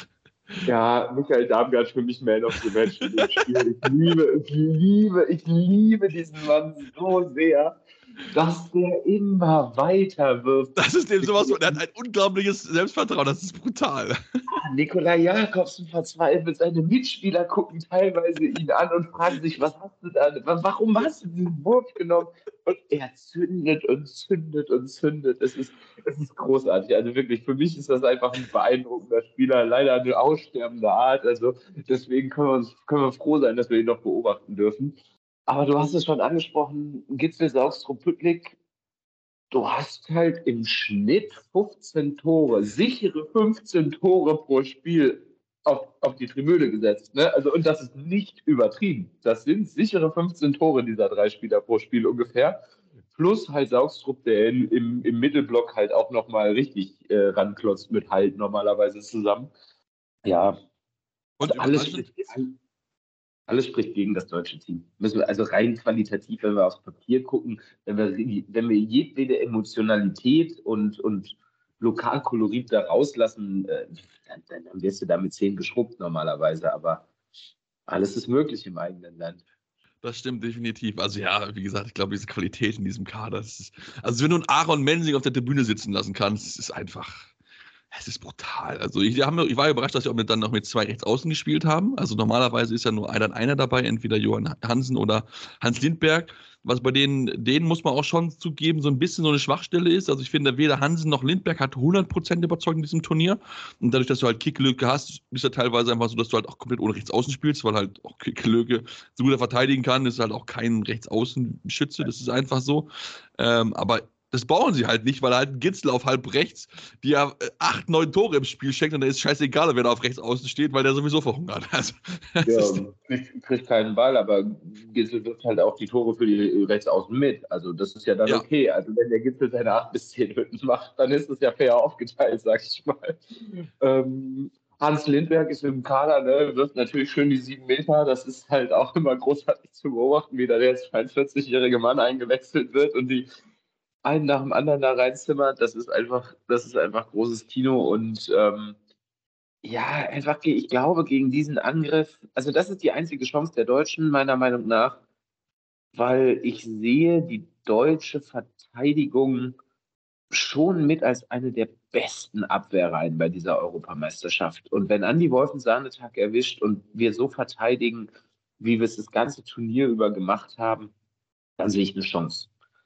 Ja, Michael Darmgard für mich Man of the Match in dem Spiel. Ich liebe, ich liebe, ich liebe diesen Mann so sehr, dass der immer weiter wirft. Das ist dem sowas, er hat ein unglaubliches Selbstvertrauen, das ist brutal. Nikolai Jakobsen verzweifelt, seine Mitspieler gucken teilweise ihn an und fragen sich, was hast du da, warum hast du diesen Wurf genommen? Und er zündet und zündet und zündet. Es ist, es ist großartig. Also wirklich, für mich ist das einfach ein beeindruckender Spieler, leider eine aussterbende Art. Also deswegen können wir, uns, können wir froh sein, dass wir ihn noch beobachten dürfen. Aber du hast es schon angesprochen, Gitzel, Saugstrup, Pytlik, du hast halt im Schnitt fünfzehn Tore, sichere fünfzehn Tore pro Spiel auf, auf die Tribüne gesetzt. Ne? Also, und das ist nicht übertrieben. Das sind sichere fünfzehn Tore dieser drei Spieler pro Spiel ungefähr. Plus halt Saugstrup, der in, im, im Mittelblock halt auch nochmal richtig äh, ranklotzt mit Halt normalerweise zusammen. Ja, Und alles spricht, alles spricht gegen das deutsche Team. Müssen wir also rein qualitativ, wenn wir aufs Papier gucken, wenn wir, wenn wir jedwede Emotionalität und, und Lokalkolorit da rauslassen, äh, dann, dann wirst du da mit zehn geschrubbt normalerweise. Aber alles ist möglich im eigenen Land. Das stimmt definitiv. Also ja, wie gesagt, ich glaube, diese Qualität in diesem Kader, das ist, also wenn du einen Aaron Mensing auf der Tribüne sitzen lassen kannst, ist einfach, es ist brutal. Also ich, haben, ich war überrascht, dass sie auch mit, dann noch mit zwei Rechtsaußen gespielt haben. Also normalerweise ist ja nur einer, einer dabei, entweder Johann Hansen oder Hans Lindberg. Was bei denen, denen muss man auch schon zugeben, so ein bisschen so eine Schwachstelle ist. Also ich finde, weder Hansen noch Lindberg hat hundert Prozent überzeugt in diesem Turnier. Und dadurch, dass du halt Kicklöke hast, ist ja teilweise einfach so, dass du halt auch komplett ohne Rechtsaußen spielst, weil halt auch Kicklöke so gut verteidigen kann. Ist halt auch kein Rechtsaußenschütze, das ist einfach so. Ähm, aber das brauchen sie halt nicht, weil halt ein Gitzel auf halb rechts, die ja acht, neun Tore im Spiel schenkt und da ist scheißegal, wer da auf rechts außen steht, weil der sowieso verhungert. Also, ja, kriegt, kriegt keinen Ball, aber Gitzel wirft halt auch die Tore für die Rechtsaußen mit. Also das ist ja dann ja okay. Also wenn der Gitzel seine acht bis zehn Hütten macht, dann ist es ja fair aufgeteilt, sag ich mal. Ähm, Hans Lindberg ist im Kader, ne, wirft natürlich schön die sieben Meter. Das ist halt auch immer großartig zu beobachten, wie da der zweiundvierzigjährige Mann eingewechselt wird und die einen nach dem anderen da reinzimmert. Das ist einfach, das ist einfach großes Kino und ähm, ja, einfach, ich glaube, gegen diesen Angriff, also das ist die einzige Chance der Deutschen, meiner Meinung nach, weil ich sehe die deutsche Verteidigung schon mit als eine der besten Abwehrreihen bei dieser Europameisterschaft. Und wenn Andy Wolf einen Sahnetag erwischt und wir so verteidigen, wie wir es das ganze Turnier über gemacht haben, dann sehe ich eine Chance.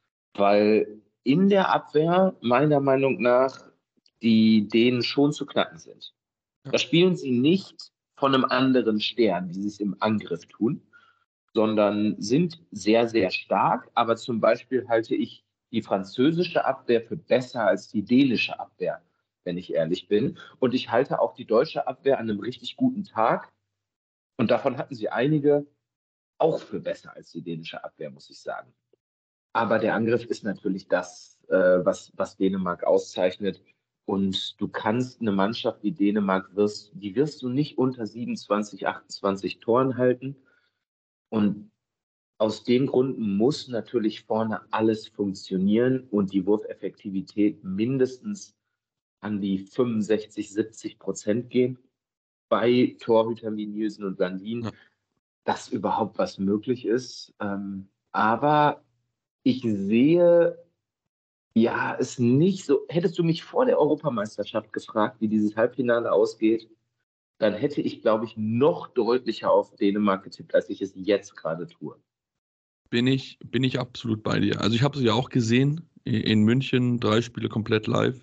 Weil in der Abwehr meiner Meinung nach die Dänen schon zu knacken sind. Da spielen sie nicht von einem anderen Stern, wie sie es im Angriff tun, sondern sind sehr, sehr stark. Aber zum Beispiel halte ich die französische Abwehr für besser als die dänische Abwehr, wenn ich ehrlich bin. Und ich halte auch die deutsche Abwehr an einem richtig guten Tag. Und davon hatten sie einige auch für besser als die dänische Abwehr, muss ich sagen. Aber der Angriff ist natürlich das, äh, was, was Dänemark auszeichnet. Und du kannst eine Mannschaft wie Dänemark, wirst, die wirst du nicht unter siebenundzwanzig, achtundzwanzig Toren halten. Und aus dem Grund muss natürlich vorne alles funktionieren und die Wurfeffektivität mindestens an die fünfundsechzig, siebzig Prozent gehen bei Torhütern wie Nielsen und Landin, ja. Dass überhaupt was möglich ist. Ähm, aber ich sehe ja es nicht so. Hättest du mich vor der Europameisterschaft gefragt, wie dieses Halbfinale ausgeht, dann hätte ich, glaube ich, noch deutlicher auf Dänemark getippt, als ich es jetzt gerade tue. Bin ich, bin ich absolut bei dir. Also ich habe es ja auch gesehen in München, drei Spiele komplett live.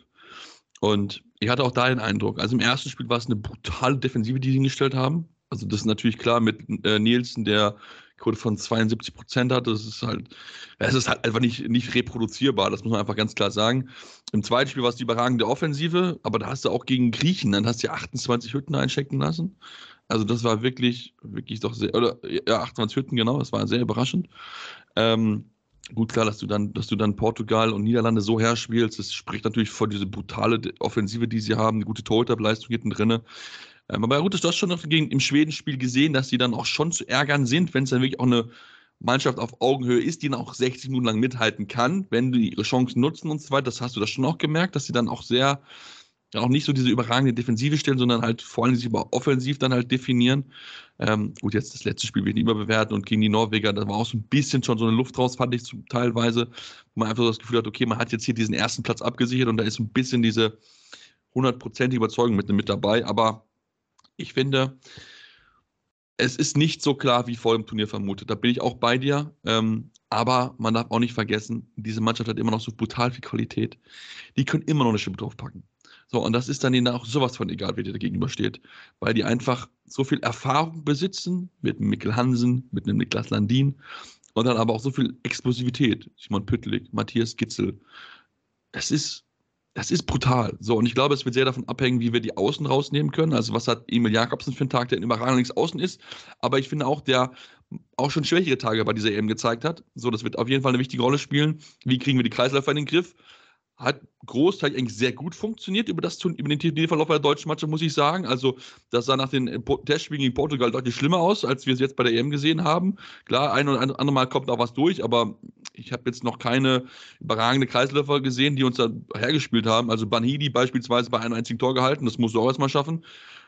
Und ich hatte auch da den Eindruck, also im ersten Spiel war es eine brutale Defensive, die sie hingestellt haben. Also das ist natürlich klar mit äh, Nielsen, der Quote von zweiundsiebzig Prozent hat. Das ist halt, es ist halt einfach nicht, nicht reproduzierbar, das muss man einfach ganz klar sagen. Im zweiten Spiel war es die überragende Offensive, aber da hast du auch gegen Griechen, dann hast du ja achtundzwanzig Hütten einchecken lassen. Also das war wirklich, wirklich doch sehr, oder ja, achtundzwanzig Hütten, genau, das war sehr überraschend. Ähm, gut, klar, dass du dann, dass du dann Portugal und Niederlande so herspielst, das spricht natürlich vor diese brutale Offensive, die sie haben, eine gute Torhüterleistung hinten drin. Ähm, aber gut, du hast schon noch gegen, im Schweden-Spiel gesehen, dass sie dann auch schon zu ärgern sind, wenn es dann wirklich auch eine Mannschaft auf Augenhöhe ist, die dann auch sechzig Minuten lang mithalten kann, wenn die ihre Chancen nutzen und so weiter. Das hast du das schon auch gemerkt, dass sie dann auch sehr, auch nicht so diese überragende Defensive stellen, sondern halt vor allem sich über offensiv dann halt definieren. Ähm, gut, jetzt das letzte Spiel will ich nicht überbewerten und gegen die Norweger, da war auch so ein bisschen schon so eine Luft raus, fand ich zum, teilweise, wo man einfach so das Gefühl hat, okay, man hat jetzt hier diesen ersten Platz abgesichert und da ist so ein bisschen diese hundertprozentige Überzeugung mit, mit dabei, aber ich finde, es ist nicht so klar, wie vor dem Turnier vermutet. Da bin ich auch bei dir. Ähm, aber man darf auch nicht vergessen, diese Mannschaft hat immer noch so brutal viel Qualität. Die können immer noch eine Schippe draufpacken. So, und das ist dann ihnen auch sowas von egal, wer dir dagegenüber steht. Weil die einfach so viel Erfahrung besitzen mit einem Mikkel Hansen, mit einem Niklas Landin und dann aber auch so viel Explosivität. Simon Püttlik, Matthias Gitzel. Das ist Das ist brutal. So, und ich glaube, es wird sehr davon abhängen, wie wir die Außen rausnehmen können. Also, was hat Emil Jakobsen für einen Tag, der in überragend links außen ist. Aber ich finde auch, der auch schon schwächere Tage bei dieser E M gezeigt hat. So, das wird auf jeden Fall eine wichtige Rolle spielen. Wie kriegen wir die Kreisläufer in den Griff? Hat großteils eigentlich sehr gut funktioniert über, das, über den Turnierverlauf der deutschen Mannschaft, muss ich sagen. Also, das sah nach den Testspielen gegen Portugal deutlich schlimmer aus, als wir es jetzt bei der E M gesehen haben. Klar, ein oder andere Mal kommt auch was durch, aber ich habe jetzt noch keine überragende Kreisläufer gesehen, die uns da hergespielt haben. Also Banhidi beispielsweise bei einem einzigen Tor gehalten, das musst du auch erstmal schaffen.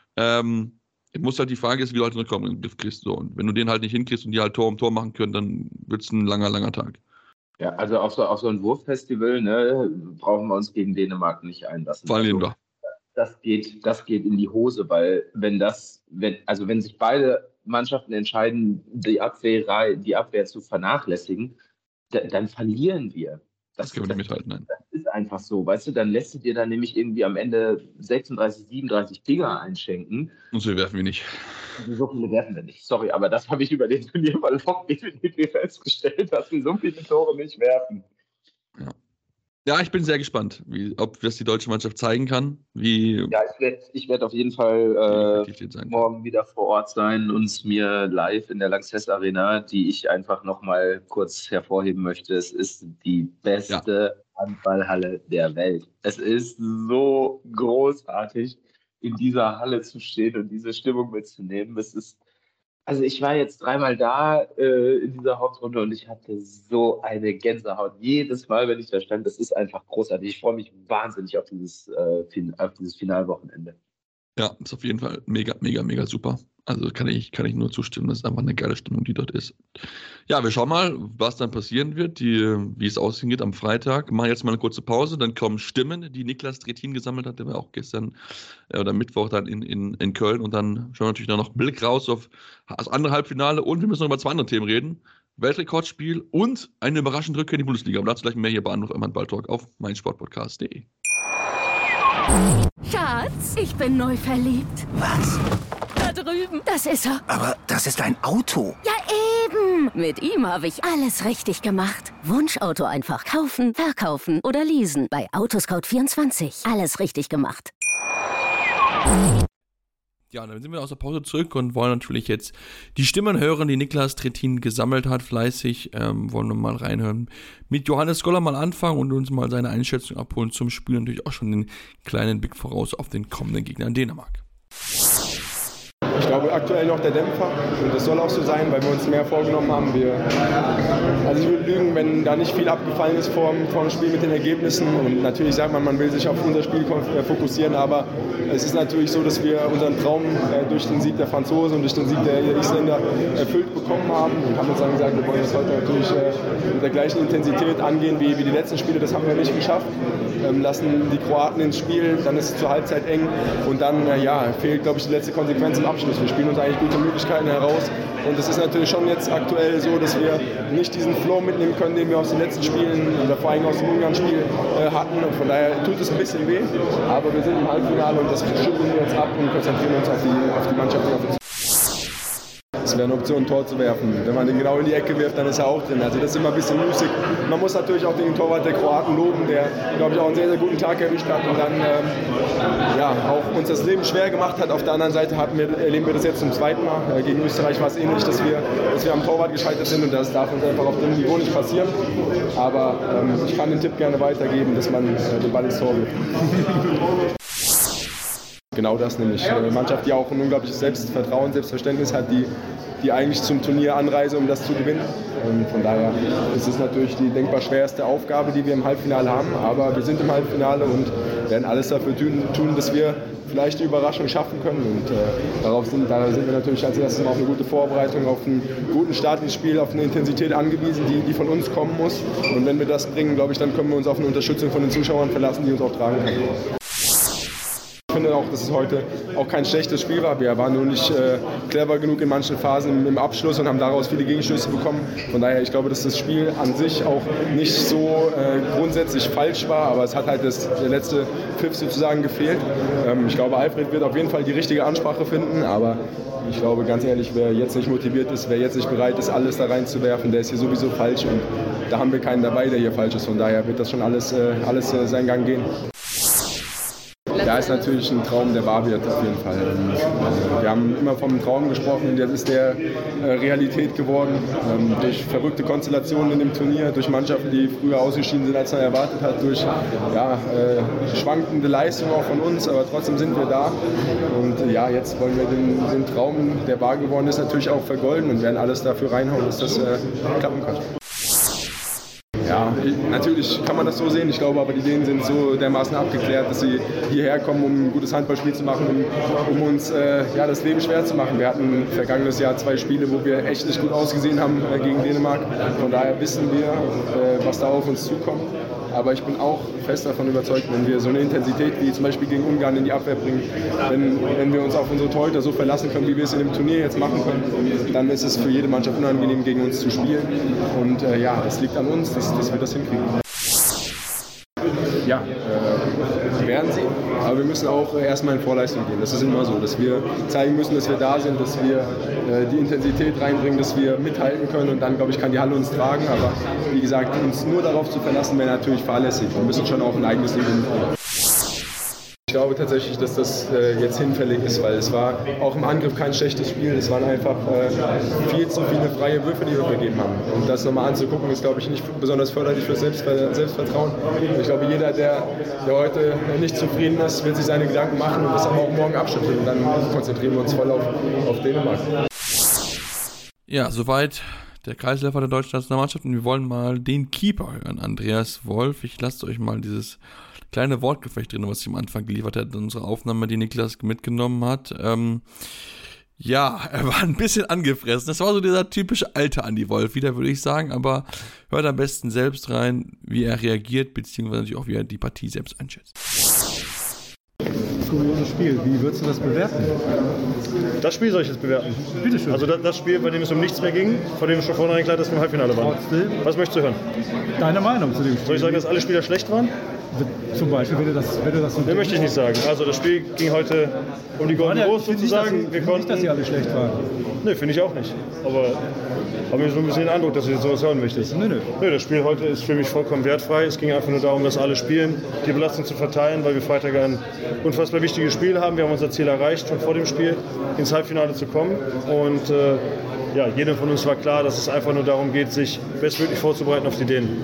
Ähm, ich muss halt die Frage ist, wie Leute zurückkommen in den Griff kriegst. So. Und wenn du den halt nicht hinkriegst und die halt Tor um Tor machen können, dann wird es ein langer, langer Tag. Ja, also auf so, auf so ein Wurffestival, ne, brauchen wir uns gegen Dänemark nicht einlassen. Vor allem also, da. Das geht, das geht in die Hose, weil wenn das, wenn, also wenn sich beide Mannschaften entscheiden, die Abwehr, die Abwehr zu vernachlässigen, da, dann verlieren wir. Das, das können wir nicht mithalten, nein. Das ist einfach so, weißt du, dann lässt du dir dann nämlich irgendwie am Ende sechsunddreißig, siebenunddreißig Dinger einschenken. Und so werfen wir nicht. So viele werfen wir nicht. Sorry, aber das habe ich über den Turnierverlauf definitiv festgestellt, dass wir so viele Tore nicht werfen. Ja. Ja, ich bin sehr gespannt, wie, ob das die deutsche Mannschaft zeigen kann. Wie ja, ich werde ich werd auf jeden Fall äh, morgen wieder vor Ort sein und mir live in der Lanxess Arena, die ich einfach nochmal kurz hervorheben möchte. Es ist die beste ja. Handballhalle der Welt. Es ist so großartig, in dieser Halle zu stehen und diese Stimmung mitzunehmen. Es ist Also ich war jetzt dreimal da äh, in dieser Hauptrunde und ich hatte so eine Gänsehaut. Jedes Mal, wenn ich da stand, das ist einfach großartig. Ich freue mich wahnsinnig auf dieses, äh, fin- auf dieses Finalwochenende. Ja, ist auf jeden Fall mega, mega, mega super. Also kann ich, kann ich nur zustimmen, das ist einfach eine geile Stimmung, die dort ist. Ja, wir schauen mal, was dann passieren wird, die, wie es aussehen wird am Freitag. Machen jetzt mal eine kurze Pause, dann kommen Stimmen, die Niklas Trittin gesammelt hat, der war auch gestern äh, oder Mittwoch dann in, in, in Köln. Und dann schauen wir natürlich noch einen Blick raus auf das andere Halbfinale und wir müssen noch über zwei andere Themen reden. Weltrekordspiel und eine überraschende Rückkehr in die Bundesliga. Aber dazu gleich mehr hier bei Anruf im Handballtalk auf meinsportpodcast punkt de. Schatz, ich bin neu verliebt. Was? Da drüben. Das ist er. Aber das ist ein Auto. Ja, eben. Mit ihm habe ich alles richtig gemacht. Wunschauto einfach kaufen, verkaufen oder leasen. Bei Autoscout vierundzwanzig. Alles richtig gemacht. Ja, dann sind wir aus der Pause zurück und wollen natürlich jetzt die Stimmen hören, die Niklas Trittin gesammelt hat, fleißig. Ähm, wollen wir mal reinhören. Mit Johannes Goller mal anfangen und uns mal seine Einschätzung abholen zum Spiel. Natürlich auch schon den kleinen Blick voraus auf den kommenden Gegner in Dänemark. Ich glaube, aktuell noch der Dämpfer und das soll auch so sein, weil wir uns mehr vorgenommen haben. Wir, also ich würde lügen, wenn da nicht viel abgefallen ist vor, vor dem Spiel mit den Ergebnissen und natürlich sagt man, man will sich auf unser Spiel fokussieren, aber es ist natürlich so, dass wir unseren Traum äh, durch den Sieg der Franzosen und durch den Sieg der Isländer erfüllt bekommen haben und haben uns dann gesagt, wir wollen das heute natürlich äh, mit der gleichen Intensität angehen wie, wie die letzten Spiele. Das haben wir nicht geschafft. Ähm, lassen die Kroaten ins Spiel, dann ist es zur Halbzeit eng und dann äh, ja, fehlt, glaube ich, die letzte Konsequenz im Abschluss. Wir spielen uns eigentlich gute Möglichkeiten heraus und es ist natürlich schon jetzt aktuell so, dass wir nicht diesen Flow mitnehmen können, den wir aus den letzten Spielen oder vor allem aus dem Ungarn-Spiel äh, hatten und von daher tut es ein bisschen weh, aber wir sind im Halbfinale und das schütteln wir jetzt ab und konzentrieren uns auf die, auf die Mannschaft und auf uns. Es wäre eine Option, ein Tor zu werfen. Wenn man den genau in die Ecke wirft, dann ist er auch drin. Also das ist immer ein bisschen müßig. Man muss natürlich auch den Torwart der Kroaten loben, der, glaube ich, auch einen sehr, sehr guten Tag erwischt hat und dann ähm, ja, auch uns das Leben schwer gemacht hat. Auf der anderen Seite hatten wir, erleben wir das jetzt zum zweiten Mal. Äh, gegen Österreich war es ähnlich, dass wir, dass wir am Torwart gescheitert sind und das darf uns einfach auf dem Niveau nicht passieren. Aber ähm, ich kann den Tipp gerne weitergeben, dass man äh, den Ball ins Tor wirft. Genau das nämlich. Eine Mannschaft, die auch ein unglaubliches Selbstvertrauen, Selbstverständnis hat, die, die eigentlich zum Turnier anreise, um das zu gewinnen. Und von daher ist es natürlich die denkbar schwerste Aufgabe, die wir im Halbfinale haben. Aber wir sind im Halbfinale und werden alles dafür tun, dass wir vielleicht die Überraschung schaffen können. Und äh, darauf sind, da sind wir natürlich als erstes mal auf eine gute Vorbereitung, auf einen guten Start ins Spiel, auf eine Intensität angewiesen, die, die von uns kommen muss. Und wenn wir das bringen, glaube ich, dann können wir uns auf eine Unterstützung von den Zuschauern verlassen, die uns auch tragen können. Ich finde auch, dass es heute auch kein schlechtes Spiel war. Wir waren nur nicht äh, clever genug in manchen Phasen im, im Abschluss und haben daraus viele Gegenstöße bekommen. Von daher, ich glaube, dass das Spiel an sich auch nicht so äh, grundsätzlich falsch war, aber es hat halt das, der letzte Pfiff sozusagen gefehlt. Ähm, ich glaube, Alfred wird auf jeden Fall die richtige Ansprache finden, aber ich glaube, ganz ehrlich, wer jetzt nicht motiviert ist, wer jetzt nicht bereit ist, alles da reinzuwerfen, der ist hier sowieso falsch und da haben wir keinen dabei, der hier falsch ist. Von daher wird das schon alles, äh, alles äh, seinen Gang gehen. Ja, ist natürlich ein Traum, der wahr wird, auf jeden Fall. Wir haben immer vom Traum gesprochen und jetzt ist der äh, Realität geworden. Ähm, durch verrückte Konstellationen in dem Turnier, durch Mannschaften, die früher ausgeschieden sind, als man erwartet hat, durch ja, äh, schwankende Leistungen auch von uns, aber trotzdem sind wir da. Und ja, jetzt wollen wir den, den Traum, der wahr geworden ist, natürlich auch vergolden und werden alles dafür reinhauen, dass das äh, klappen kann. Ja, natürlich kann man das so sehen. Ich glaube aber, die Dänen sind so dermaßen abgeklärt, dass sie hierher kommen, um ein gutes Handballspiel zu machen, um, um uns äh, ja, das Leben schwer zu machen. Wir hatten vergangenes Jahr zwei Spiele, wo wir echt nicht gut ausgesehen haben äh, gegen Dänemark. Von daher wissen wir, äh, was da auf uns zukommt. Aber ich bin auch fest davon überzeugt, wenn wir so eine Intensität wie zum Beispiel gegen Ungarn in die Abwehr bringen, wenn, wenn wir uns auf unsere Torhüter so verlassen können, wie wir es in dem Turnier jetzt machen können, dann ist es für jede Mannschaft unangenehm, gegen uns zu spielen. Und äh, ja, das liegt an uns, dass, dass wir das hinkriegen. Ja, äh, werden sie. Aber wir müssen auch äh, erstmal in Vorleistung gehen. Das ist immer so, dass wir zeigen müssen, dass wir da sind, dass wir äh, die Intensität reinbringen, dass wir mithalten können und dann, glaube ich, kann die Halle uns tragen. Aber wie gesagt, uns nur darauf zu verlassen, wäre natürlich fahrlässig. Wir müssen schon auch ein eigenes Niveau mitbringen. Ich glaube tatsächlich, dass das äh, jetzt hinfällig ist, weil es war auch im Angriff kein schlechtes Spiel. Es waren einfach äh, viel zu viele freie Würfe, die wir vergeben haben. Und das nochmal anzugucken, ist, glaube ich, nicht besonders förderlich für Selbstver- Selbstvertrauen. Ich glaube, jeder, der, der heute nicht zufrieden ist, wird sich seine Gedanken machen und das aber auch morgen abschütteln. Und dann konzentrieren wir uns voll auf, auf Dänemark. Ja, soweit der Kreisläufer der deutschen Nationalmannschaft und wir wollen mal den Keeper hören, Andreas Wolf. Ich lasse euch mal dieses kleine Wortgefecht drin, was ich am Anfang geliefert hat, in unserer Aufnahme, die Niklas mitgenommen hat. Ähm, ja, er war ein bisschen angefressen. Das war so dieser typische alte Andi Wolf wieder, würde ich sagen, aber hört am besten selbst rein, wie er reagiert, beziehungsweise natürlich auch, wie er die Partie selbst einschätzt. Kurioses Spiel. Wie würdest du das bewerten? Das Spiel soll ich jetzt bewerten. Bitte schön. Also das, das Spiel, bei dem es um nichts mehr ging, von dem schon vornherein klar, dass wir im Halbfinale waren. Trotzdem. Was möchtest du hören? Deine Meinung zu dem Spiel? Soll ich sagen, dass alle Spieler schlecht waren? Zum Beispiel, wenn du das, wenn du das so Nee, möchte ich nicht sagen. Also das Spiel ging heute um die Golden Rose sozusagen. Ich finde nicht, dass sie alle schlecht waren. Nee, finde ich auch nicht. Aber habe mir so ein bisschen den Eindruck, dass du jetzt sowas hören möchtest. Nö, nö. Nö, das Spiel heute ist für mich vollkommen wertfrei. Es ging einfach nur darum, dass alle spielen, die Belastung zu verteilen, weil wir Freitag ein unfassbar wichtiges Spiel haben. Wir haben unser Ziel erreicht, schon vor dem Spiel ins Halbfinale zu kommen. Und äh, ja, jedem von uns war klar, dass es einfach nur darum geht, sich bestmöglich vorzubereiten auf die Dänen.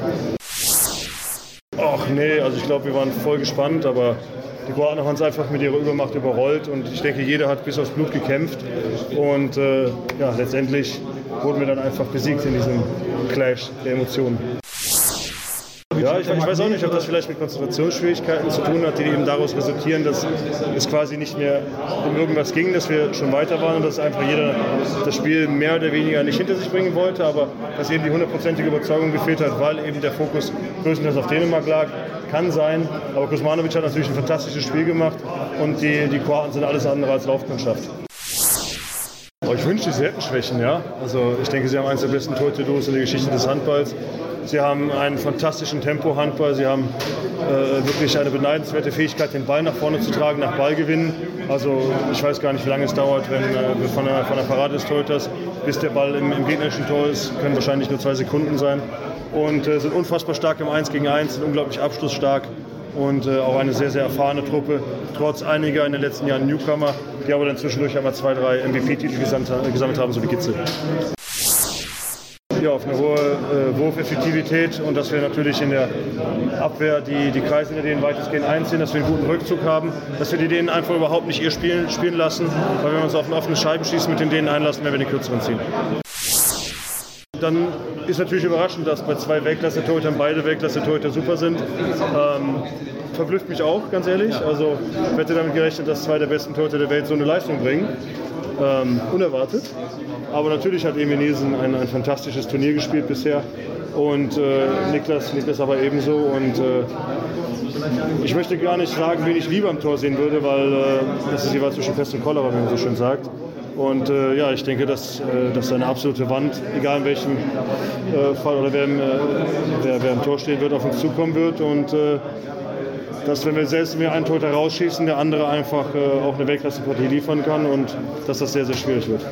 Ach nee, also ich glaube, wir waren voll gespannt, aber die Kroaten haben uns einfach mit ihrer Übermacht überrollt und ich denke, jeder hat bis aufs Blut gekämpft und äh, ja, letztendlich wurden wir dann einfach besiegt in diesem Clash der Emotionen. Ja, ich, ich weiß auch nicht, ob das vielleicht mit Konzentrationsschwierigkeiten zu tun hat, die eben daraus resultieren, dass es quasi nicht mehr um irgendwas ging, dass wir schon weiter waren und dass einfach jeder das Spiel mehr oder weniger nicht hinter sich bringen wollte, aber dass eben die hundertprozentige Überzeugung gefehlt hat, weil eben der Fokus größtenteils auf Dänemark lag. Kann sein, aber Kuzmanovic hat natürlich ein fantastisches Spiel gemacht und die, die Kroaten sind alles andere als Laufkundschaft. Aber ich wünschte, sie hätten Schwächen, ja. Also ich denke, sie haben eines der besten Torhüter-Duos in der Geschichte des Handballs. Sie haben einen fantastischen Tempo-Handball. Sie haben äh, wirklich eine beneidenswerte Fähigkeit, den Ball nach vorne zu tragen, nach Ballgewinn. Also ich weiß gar nicht, wie lange es dauert, wenn äh, von, der, von der Parade des Torhüters bis der Ball im, im gegnerischen Tor ist. Können wahrscheinlich nur zwei Sekunden sein. Und äh, sind unfassbar stark im eins gegen eins, sind unglaublich abschlussstark. Und äh, auch eine sehr, sehr erfahrene Truppe, trotz einiger in den letzten Jahren Newcomer, die aber dann zwischendurch einmal zwei, drei M V P-Titel gesammelt haben, so wie Gitzel. Ja, auf eine hohe äh, Wurfeffektivität und dass wir natürlich in der Abwehr die, die Kreise in denen weitestgehend einziehen, dass wir einen guten Rückzug haben, dass wir die Dänen einfach überhaupt nicht ihr spielen, spielen lassen, weil wenn wir uns auf ein offenes Scheibenschießen mit den Dänen einlassen, werden wir den kürzeren ziehen. Dann ist natürlich überraschend, dass bei zwei Weltklasse-Torhütern beide Weltklasse-Torhüter super sind. Ähm, verblüfft mich auch, ganz ehrlich. Also ich hätte damit gerechnet, dass zwei der besten Torhüter der Welt so eine Leistung bringen. Ähm, unerwartet. Aber natürlich hat Emil Nielsen ein, ein fantastisches Turnier gespielt bisher und äh, Niklas, Niklas aber ebenso. Und äh, ich möchte gar nicht sagen, wen ich lieber am Tor sehen würde, weil äh, das ist jeweils zwischen Pest und Cholera, wie man so schön sagt. Und äh, ja, ich denke, dass, äh, dass eine absolute Wand, egal in welchem äh, Fall oder wer, äh, wer, wer am Tor stehen wird, auf uns zukommen wird. Und äh, dass, wenn wir selbst mehr einen Torhüter rausschießen, der andere einfach äh, auch eine Weltklasse-Partie liefern kann und dass das sehr, sehr schwierig wird.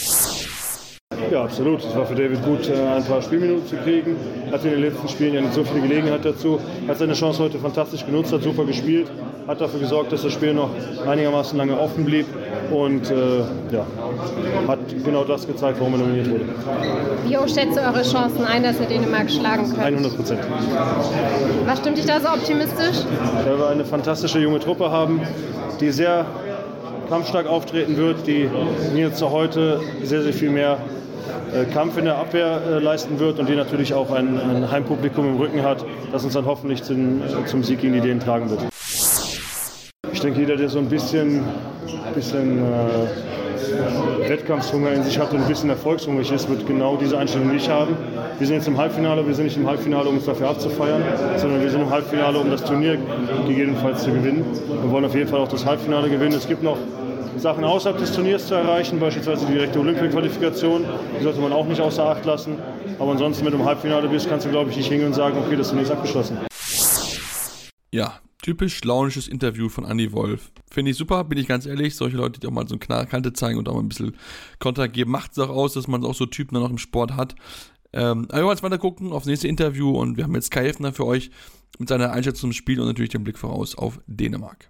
Ja, absolut. Es war für David gut, ein paar Spielminuten zu kriegen. Er hatte in den letzten Spielen ja nicht so viel Gelegenheit dazu. Er hat seine Chance heute fantastisch genutzt, hat super gespielt, hat dafür gesorgt, dass das Spiel noch einigermaßen lange offen blieb und äh, ja, hat genau das gezeigt, warum er nominiert wurde. Wie hoch schätzt ihr eure Chancen ein, dass ihr Dänemark schlagen könnt? hundert Prozent. Was stimmt dich da so optimistisch? Weil wir eine fantastische junge Truppe haben, die sehr kampfstark auftreten wird, die mir zu heute sehr, sehr viel mehr Kampf in der Abwehr äh, leisten wird und die natürlich auch ein, ein Heimpublikum im Rücken hat, das uns dann hoffentlich zum, zum Sieg gegen die Dänen tragen wird. Ich denke, jeder, der so ein bisschen, bisschen äh, Wettkampfshunger in sich hat und ein bisschen erfolgshungrig ist, wird genau diese Einstellung nicht haben. Wir sind jetzt im Halbfinale, wir sind nicht im Halbfinale, um uns dafür abzufeiern, sondern wir sind im Halbfinale, um das Turnier gegebenenfalls zu gewinnen. Wir wollen auf jeden Fall auch das Halbfinale gewinnen. Es gibt noch Sachen außerhalb des Turniers zu erreichen, beispielsweise die direkte Olympia-Qualifikation, die sollte man auch nicht außer Acht lassen. Aber ansonsten, wenn du im Halbfinale bist, kannst du, glaube ich, nicht hingehen und sagen, okay, das Turnier ist abgeschlossen. Ja, typisch launisches Interview von Andi Wolf. Finde ich super, bin ich ganz ehrlich. Solche Leute, die auch mal so eine Kante zeigen und auch mal ein bisschen Kontra geben, macht es auch aus, dass man auch so Typen dann noch im Sport hat. Ähm, aber wir wollen jetzt weiter gucken aufs nächste Interview und wir haben jetzt Kai Heffner für euch mit seiner Einschätzung zum Spiel und natürlich den Blick voraus auf Dänemark.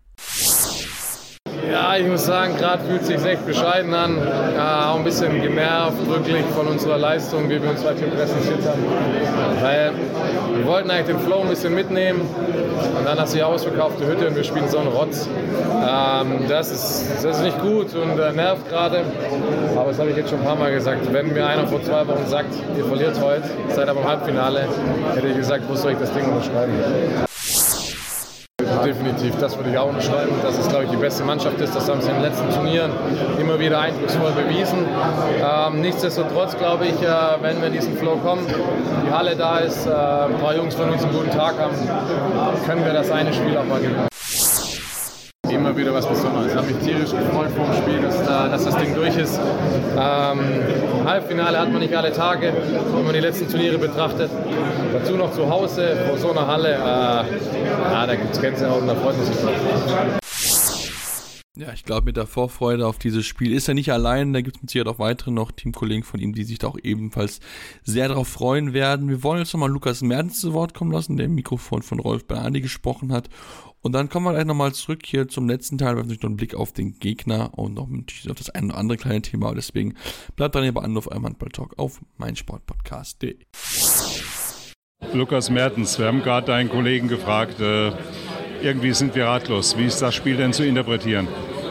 Ja, ich muss sagen, gerade fühlt es sich echt bescheiden an. Ja, auch ein bisschen genervt wirklich von unserer Leistung, wie wir uns heute präsentiert haben. Weil wir wollten eigentlich den Flow ein bisschen mitnehmen und dann hast du die ausverkaufte Hütte und wir spielen so einen Rotz. Ähm, das, ist, das ist nicht gut und äh, nervt gerade. Aber das habe ich jetzt schon ein paar Mal gesagt. Wenn mir einer vor zwei Wochen sagt, ihr verliert heute, seid aber im Halbfinale, hätte ich gesagt, wo soll ich das Ding unterschreiben? definitiv, das würde ich auch unterschreiben, dass es, glaube ich, die beste Mannschaft ist. Das haben sie in den letzten Turnieren immer wieder eindrucksvoll bewiesen. Ähm, nichtsdestotrotz, glaube ich, äh, wenn wir in diesen Flow kommen, die Halle da ist, äh, ein paar Jungs von uns einen guten Tag haben, können wir das eine Spiel auch mal gewinnen. Immer wieder was Besonderes. Ich habe mich tierisch gefreut vor dem Spiel, dass, dass das Ding durch ist. Ähm, Halbfinale hat man nicht alle Tage, wenn man die letzten Turniere betrachtet. Dazu noch zu Hause, vor so einer Halle. Äh, ja, da gibt es Gänsehaut und da freut man sich drauf. Ja, ich glaube, mit der Vorfreude auf dieses Spiel ist er nicht allein. Da gibt es mit Sicherheit auch weitere noch Teamkollegen von ihm, die sich da auch ebenfalls sehr darauf freuen werden. Wir wollen jetzt nochmal Lukas Mertens zu Wort kommen lassen, der im Mikrofon von Rolf Bernardi gesprochen hat. Und dann kommen wir gleich nochmal zurück hier zum letzten Teil. Wir haben natürlich noch einen Blick auf den Gegner und noch natürlich auf das eine oder andere kleine Thema. Und deswegen bleibt dran hier bei Anruf eurem Handball-Talk auf meinsportpodcast punkt de. Lukas Mertens, wir haben gerade deinen Kollegen gefragt, äh, irgendwie sind wir ratlos. Wie ist das Spiel denn zu interpretieren?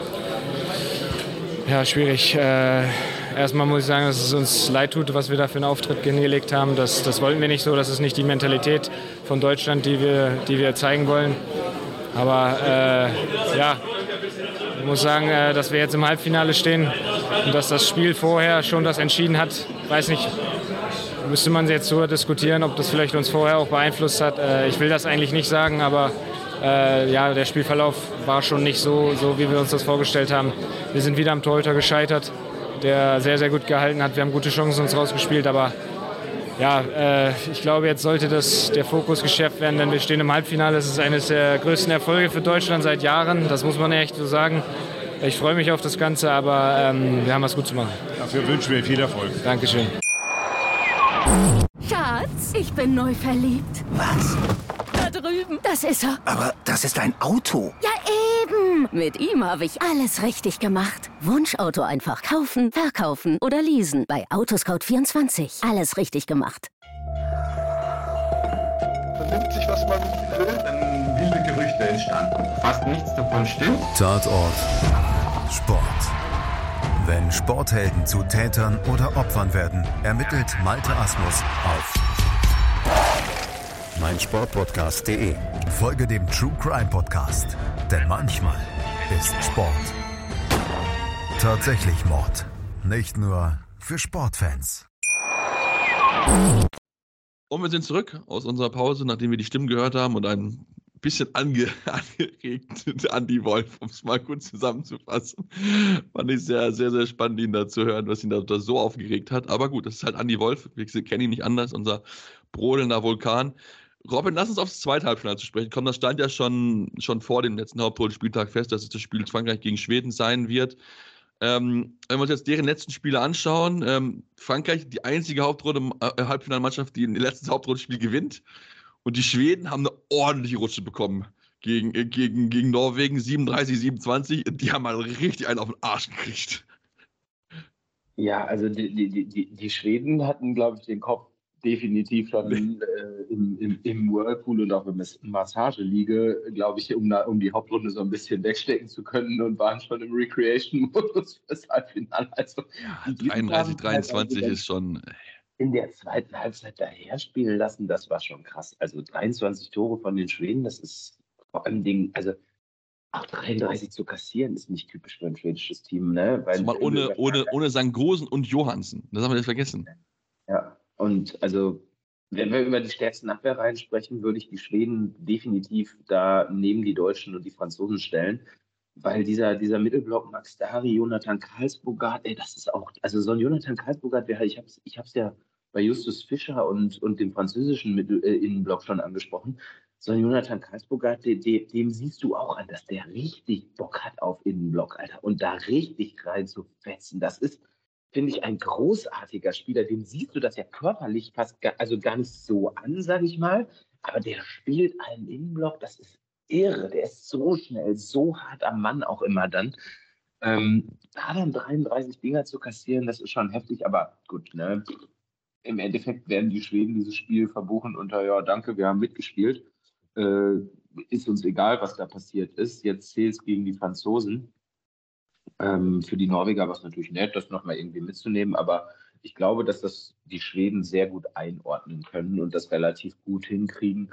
Ja, schwierig. Äh, erstmal muss ich sagen, dass es uns leid tut, was wir da für einen Auftritt hingelegt haben. Das, das wollten wir nicht so. Das ist nicht die Mentalität von Deutschland, die wir, die wir zeigen wollen. Aber äh, ja, ich muss sagen, äh, dass wir jetzt im Halbfinale stehen und dass das Spiel vorher schon das entschieden hat. Weiß nicht, müsste man jetzt so diskutieren, ob das vielleicht uns vorher auch beeinflusst hat. Äh, ich will das eigentlich nicht sagen, aber Äh, ja, der Spielverlauf war schon nicht so, so, wie wir uns das vorgestellt haben. Wir sind wieder am Torhüter gescheitert, der sehr, sehr gut gehalten hat. Wir haben gute Chancen uns rausgespielt, aber ja, äh, ich glaube, jetzt sollte das, der Fokus geschärft werden, denn wir stehen im Halbfinale. Es ist eines der größten Erfolge für Deutschland seit Jahren, das muss man echt so sagen. Ich freue mich auf das Ganze, aber ähm, wir haben was gut zu machen. Dafür wünschen wir viel Erfolg. Dankeschön. Schatz, ich bin neu verliebt. Was? Da drüben. Das ist er. Aber das ist ein Auto. Ja, eben. Mit ihm habe ich alles richtig gemacht. Wunschauto einfach kaufen, verkaufen oder leasen. Bei Autoscout vierundzwanzig. Alles richtig gemacht. Man nimmt sich, was man will. Dann wilde Gerüchte entstanden. Fast nichts davon stimmt. Tatort Sport. Wenn Sporthelden zu Tätern oder Opfern werden, ermittelt Malte Asmus auf meinsportpodcast punkt de. Folge dem True Crime Podcast, denn manchmal ist Sport tatsächlich Mord. Nicht nur für Sportfans. Und wir sind zurück aus unserer Pause, nachdem wir die Stimmen gehört haben und ein bisschen ange angeregt Andi Wolf, um es mal kurz zusammenzufassen. Fand ich sehr, sehr, sehr spannend, ihn da zu hören, was ihn da, da so aufgeregt hat. Aber gut, das ist halt Andi Wolf. Wir kennen ihn nicht anders, unser brodelnder Vulkan. Robin, lass uns aufs zweite Halbfinale zu sprechen kommen. Das stand ja schon, schon vor dem letzten Hauptrundenspieltag fest, dass es das Spiel Frankreich gegen Schweden sein wird. Ähm, wenn wir uns jetzt deren letzten Spiele anschauen, ähm, Frankreich die einzige Hauptrunde, äh, Halbfinalmannschaft, die ein letztes Hauptrundenspiel gewinnt. Und die Schweden haben eine ordentliche Rutsche bekommen gegen, äh, gegen, gegen Norwegen, siebenunddreißig siebenundzwanzig. Die haben mal richtig einen auf den Arsch gekriegt. Ja, also die, die, die, die Schweden hatten, glaube ich, den Kopf definitiv schon äh, im, im, im Whirlpool und auch im Massageliege, glaube ich, um, um die Hauptrunde so ein bisschen wegstecken zu können und waren schon im Recreation-Modus fürs Halbfinale. Also, dreiunddreißig dreiundzwanzig also, ist schon... In der zweiten Halbzeit daher spielen lassen, das war schon krass. Also dreiundzwanzig Tore von den Schweden, das ist vor allem Ding, also auch dreiunddreißig zu kassieren, ist nicht typisch für ein schwedisches Team. Ne? Weil Zumal ohne, ohne, ohne Sangosen und Johansen, das haben wir jetzt vergessen. Ja, und also wenn wir über die stärksten Abwehrreihen sprechen, würde ich die Schweden definitiv da neben die Deutschen und die Franzosen stellen. Weil dieser, dieser Mittelblock, Max Dari, Jonathan Karlsbogart, ey, das ist auch, also so ein Jonathan Karlsbogart, ich habe es ich hab's ja bei Justus Fischer und, und dem französischen Mittel, äh, Innenblock schon angesprochen, so ein Jonathan Karlsbogart, de, de, dem siehst du auch an, dass der richtig Bock hat auf Innenblock, Alter, und da richtig rein zu fetzen. Das ist, finde ich, ein großartiger Spieler, dem siehst du das ja körperlich fast gar, also gar nicht so an, sage ich mal, aber der spielt einen Innenblock, das ist irre, der ist so schnell, so hart am Mann auch immer dann. Ähm, da dann dreiunddreißig Dinger zu kassieren, das ist schon heftig, aber gut, ne? Im Endeffekt werden die Schweden dieses Spiel verbuchen unter, ja, danke, wir haben mitgespielt. Äh, ist uns egal, was da passiert ist. Jetzt zählt es gegen die Franzosen. Ähm, für die Norweger war es natürlich nett, das nochmal irgendwie mitzunehmen, aber ich glaube, dass das die Schweden sehr gut einordnen können und das relativ gut hinkriegen.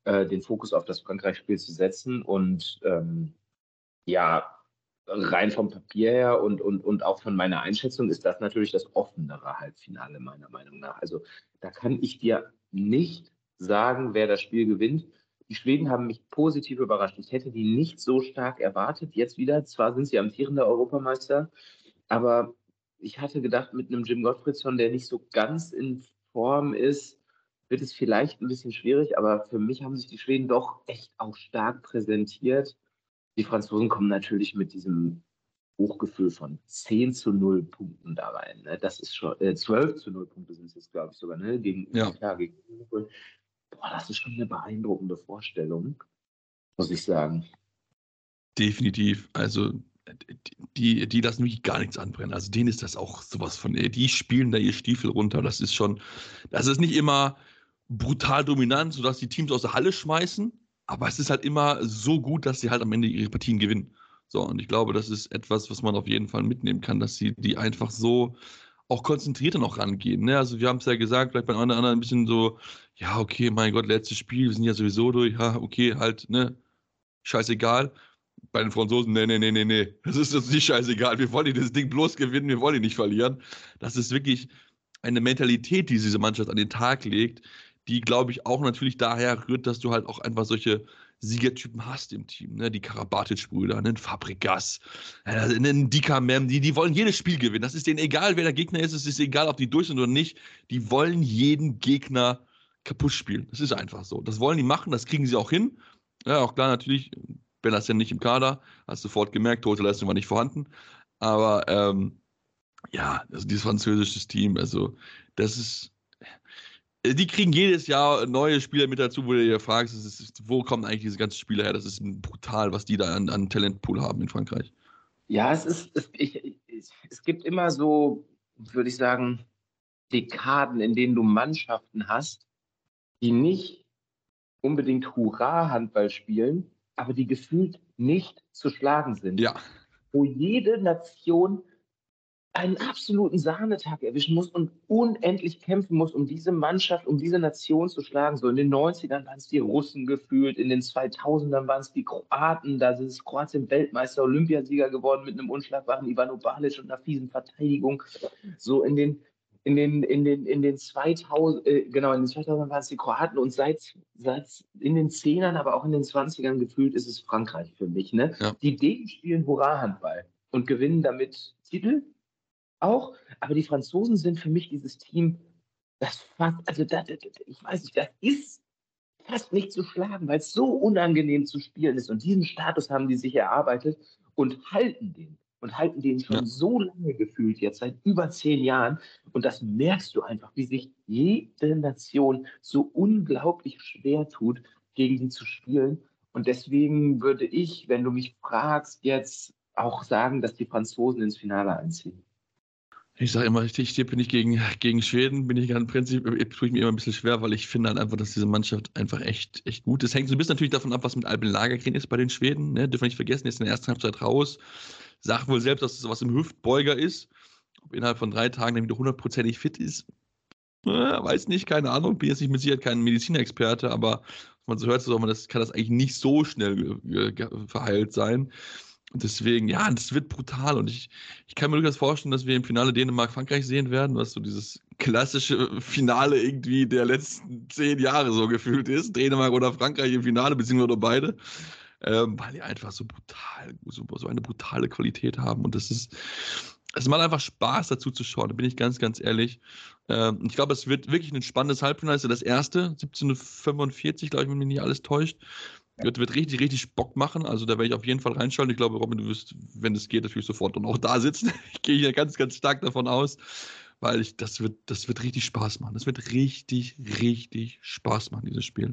äh, den Fokus auf das Frankreich-Spiel zu setzen. Und ähm, ja, rein vom Papier her und, und, und auch von meiner Einschätzung ist das natürlich das offenere Halbfinale meiner Meinung nach. Also da kann ich dir nicht sagen, wer das Spiel gewinnt. Die Schweden haben mich positiv überrascht. Ich hätte die nicht so stark erwartet. Jetzt wieder, zwar sind sie amtierender Europameister, aber ich hatte gedacht, mit einem Jim Gottfriedson, der nicht so ganz in Form ist, wird es vielleicht ein bisschen schwierig, aber für mich haben sich die Schweden doch echt auch stark präsentiert. Die Franzosen kommen natürlich mit diesem Hochgefühl von zehn zu null Punkten da rein. Ne? Das ist schon, äh, zwölf zu null Punkte sind es jetzt, glaube ich, sogar, ne? Gegen, ja. klar, gegen Boah, das ist schon eine beeindruckende Vorstellung, muss ich sagen. Definitiv. Also, die, die lassen wirklich gar nichts anbrennen. Also, denen ist das auch sowas von, die spielen da ihr Stiefel runter. Das ist schon, das ist nicht immer brutal dominant, sodass die Teams aus der Halle schmeißen, aber es ist halt immer so gut, dass sie halt am Ende ihre Partien gewinnen. So, und ich glaube, das ist etwas, was man auf jeden Fall mitnehmen kann, dass sie die einfach so auch konzentrierter noch rangehen. Ne? Also wir haben es ja gesagt, vielleicht bei den anderen ein bisschen so, ja, okay, mein Gott, letztes Spiel, wir sind ja sowieso durch, ja, okay, halt, ne, scheißegal. Bei den Franzosen, nee, nee, nee, nee, nee, das ist uns nicht scheißegal, wir wollen das Ding bloß gewinnen, wir wollen ihn nicht verlieren. Das ist wirklich eine Mentalität, die diese Mannschaft an den Tag legt, die, glaube ich, auch natürlich daher rührt, dass du halt auch einfach solche Siegertypen hast im Team, ne? Die Karabatic-Brüder, einen Fabregas, einen Dika Mem, die, die wollen jedes Spiel gewinnen. Das ist denen egal, wer der Gegner ist, es ist egal, ob die durch sind oder nicht. Die wollen jeden Gegner kaputt spielen. Das ist einfach so. Das wollen die machen, das kriegen sie auch hin. Ja, auch klar, natürlich, Bella ist ja nicht im Kader, hast du sofort gemerkt, tote Leistung war nicht vorhanden. Aber ähm, ja, also dieses französische Team, also das ist. Die kriegen jedes Jahr neue Spieler mit dazu, wo du dir fragst, ist, ist, wo kommen eigentlich diese ganzen Spieler her? Das ist brutal, was die da an, an Talentpool haben in Frankreich. Ja, es ist, es, ich, es, es gibt immer so, würde ich sagen, Dekaden, in denen du Mannschaften hast, die nicht unbedingt Hurra-Handball spielen, aber die gefühlt nicht zu schlagen sind. Ja. Wo jede Nation einen absoluten Sahnetag erwischen muss und unendlich kämpfen muss, um diese Mannschaft, um diese Nation zu schlagen. So in den neunzigern waren es die Russen gefühlt, in den zweitausendern waren es die Kroaten, da ist Kroatien Weltmeister, Olympiasieger geworden mit einem unschlagbaren Ivano Balic und einer fiesen Verteidigung. So in den in den in den in den zweitausend äh, genau in den zweitausendern waren es die Kroaten und seit seit in den Zehnern, aber auch in den zwanzigern gefühlt ist es Frankreich für mich, ne? Ja. Die Dänen spielen Hurra-Handball und gewinnen damit Titel. Auch, aber die Franzosen sind für mich dieses Team, das fast, also das, ich weiß nicht, das ist fast nicht zu schlagen, weil es so unangenehm zu spielen ist. Und diesen Status haben die sich erarbeitet und halten den. Und halten den schon ja. so lange gefühlt, jetzt seit über zehn Jahren. Und das merkst du einfach, wie sich jede Nation so unglaublich schwer tut, gegen die zu spielen. Und deswegen würde ich, wenn du mich fragst, jetzt auch sagen, dass die Franzosen ins Finale einziehen. Ich sage immer, ich, ich tippe nicht gegen, gegen Schweden, bin ich im Prinzip, tue ich mir immer ein bisschen schwer, weil ich finde halt einfach, dass diese Mannschaft einfach echt, echt gut ist. Hängt so ein bisschen natürlich davon ab, was mit Albin Lagergren ist bei den Schweden, ne? Dürfen wir nicht vergessen, ist in der ersten Halbzeit raus. Sagt wohl selbst, dass es was im Hüftbeuger ist. Ob innerhalb von drei Tagen dann wieder hundertprozentig fit ist, äh, weiß nicht, keine Ahnung. Bin jetzt nicht mit Sicherheit kein Medizinexperte, aber was man so hört, so, das kann das eigentlich nicht so schnell äh, verheilt sein. Und deswegen, ja, das wird brutal. Und ich, ich kann mir durchaus vorstellen, dass wir im Finale Dänemark-Frankreich sehen werden, was so dieses klassische Finale irgendwie der letzten zehn Jahre so gefühlt ist. Dänemark oder Frankreich im Finale, beziehungsweise beide. Ähm, weil die einfach so brutal, so, so eine brutale Qualität haben. Und das ist, es macht einfach Spaß, dazu zu schauen. Da bin ich ganz, ganz ehrlich. Ähm, ich glaube, es wird wirklich ein spannendes Halbfinale. Das ist ja das erste, siebzehn Uhr fünfundvierzig, glaube ich, wenn mich nicht alles täuscht. Wird, wird richtig, richtig Bock machen. Also da werde ich auf jeden Fall reinschauen. Ich glaube, Robin, du wirst, wenn es geht, natürlich sofort und auch da sitzen. Ich gehe hier ganz, ganz stark davon aus, weil ich, das wird, das wird richtig Spaß machen. Das wird richtig, richtig Spaß machen, dieses Spiel.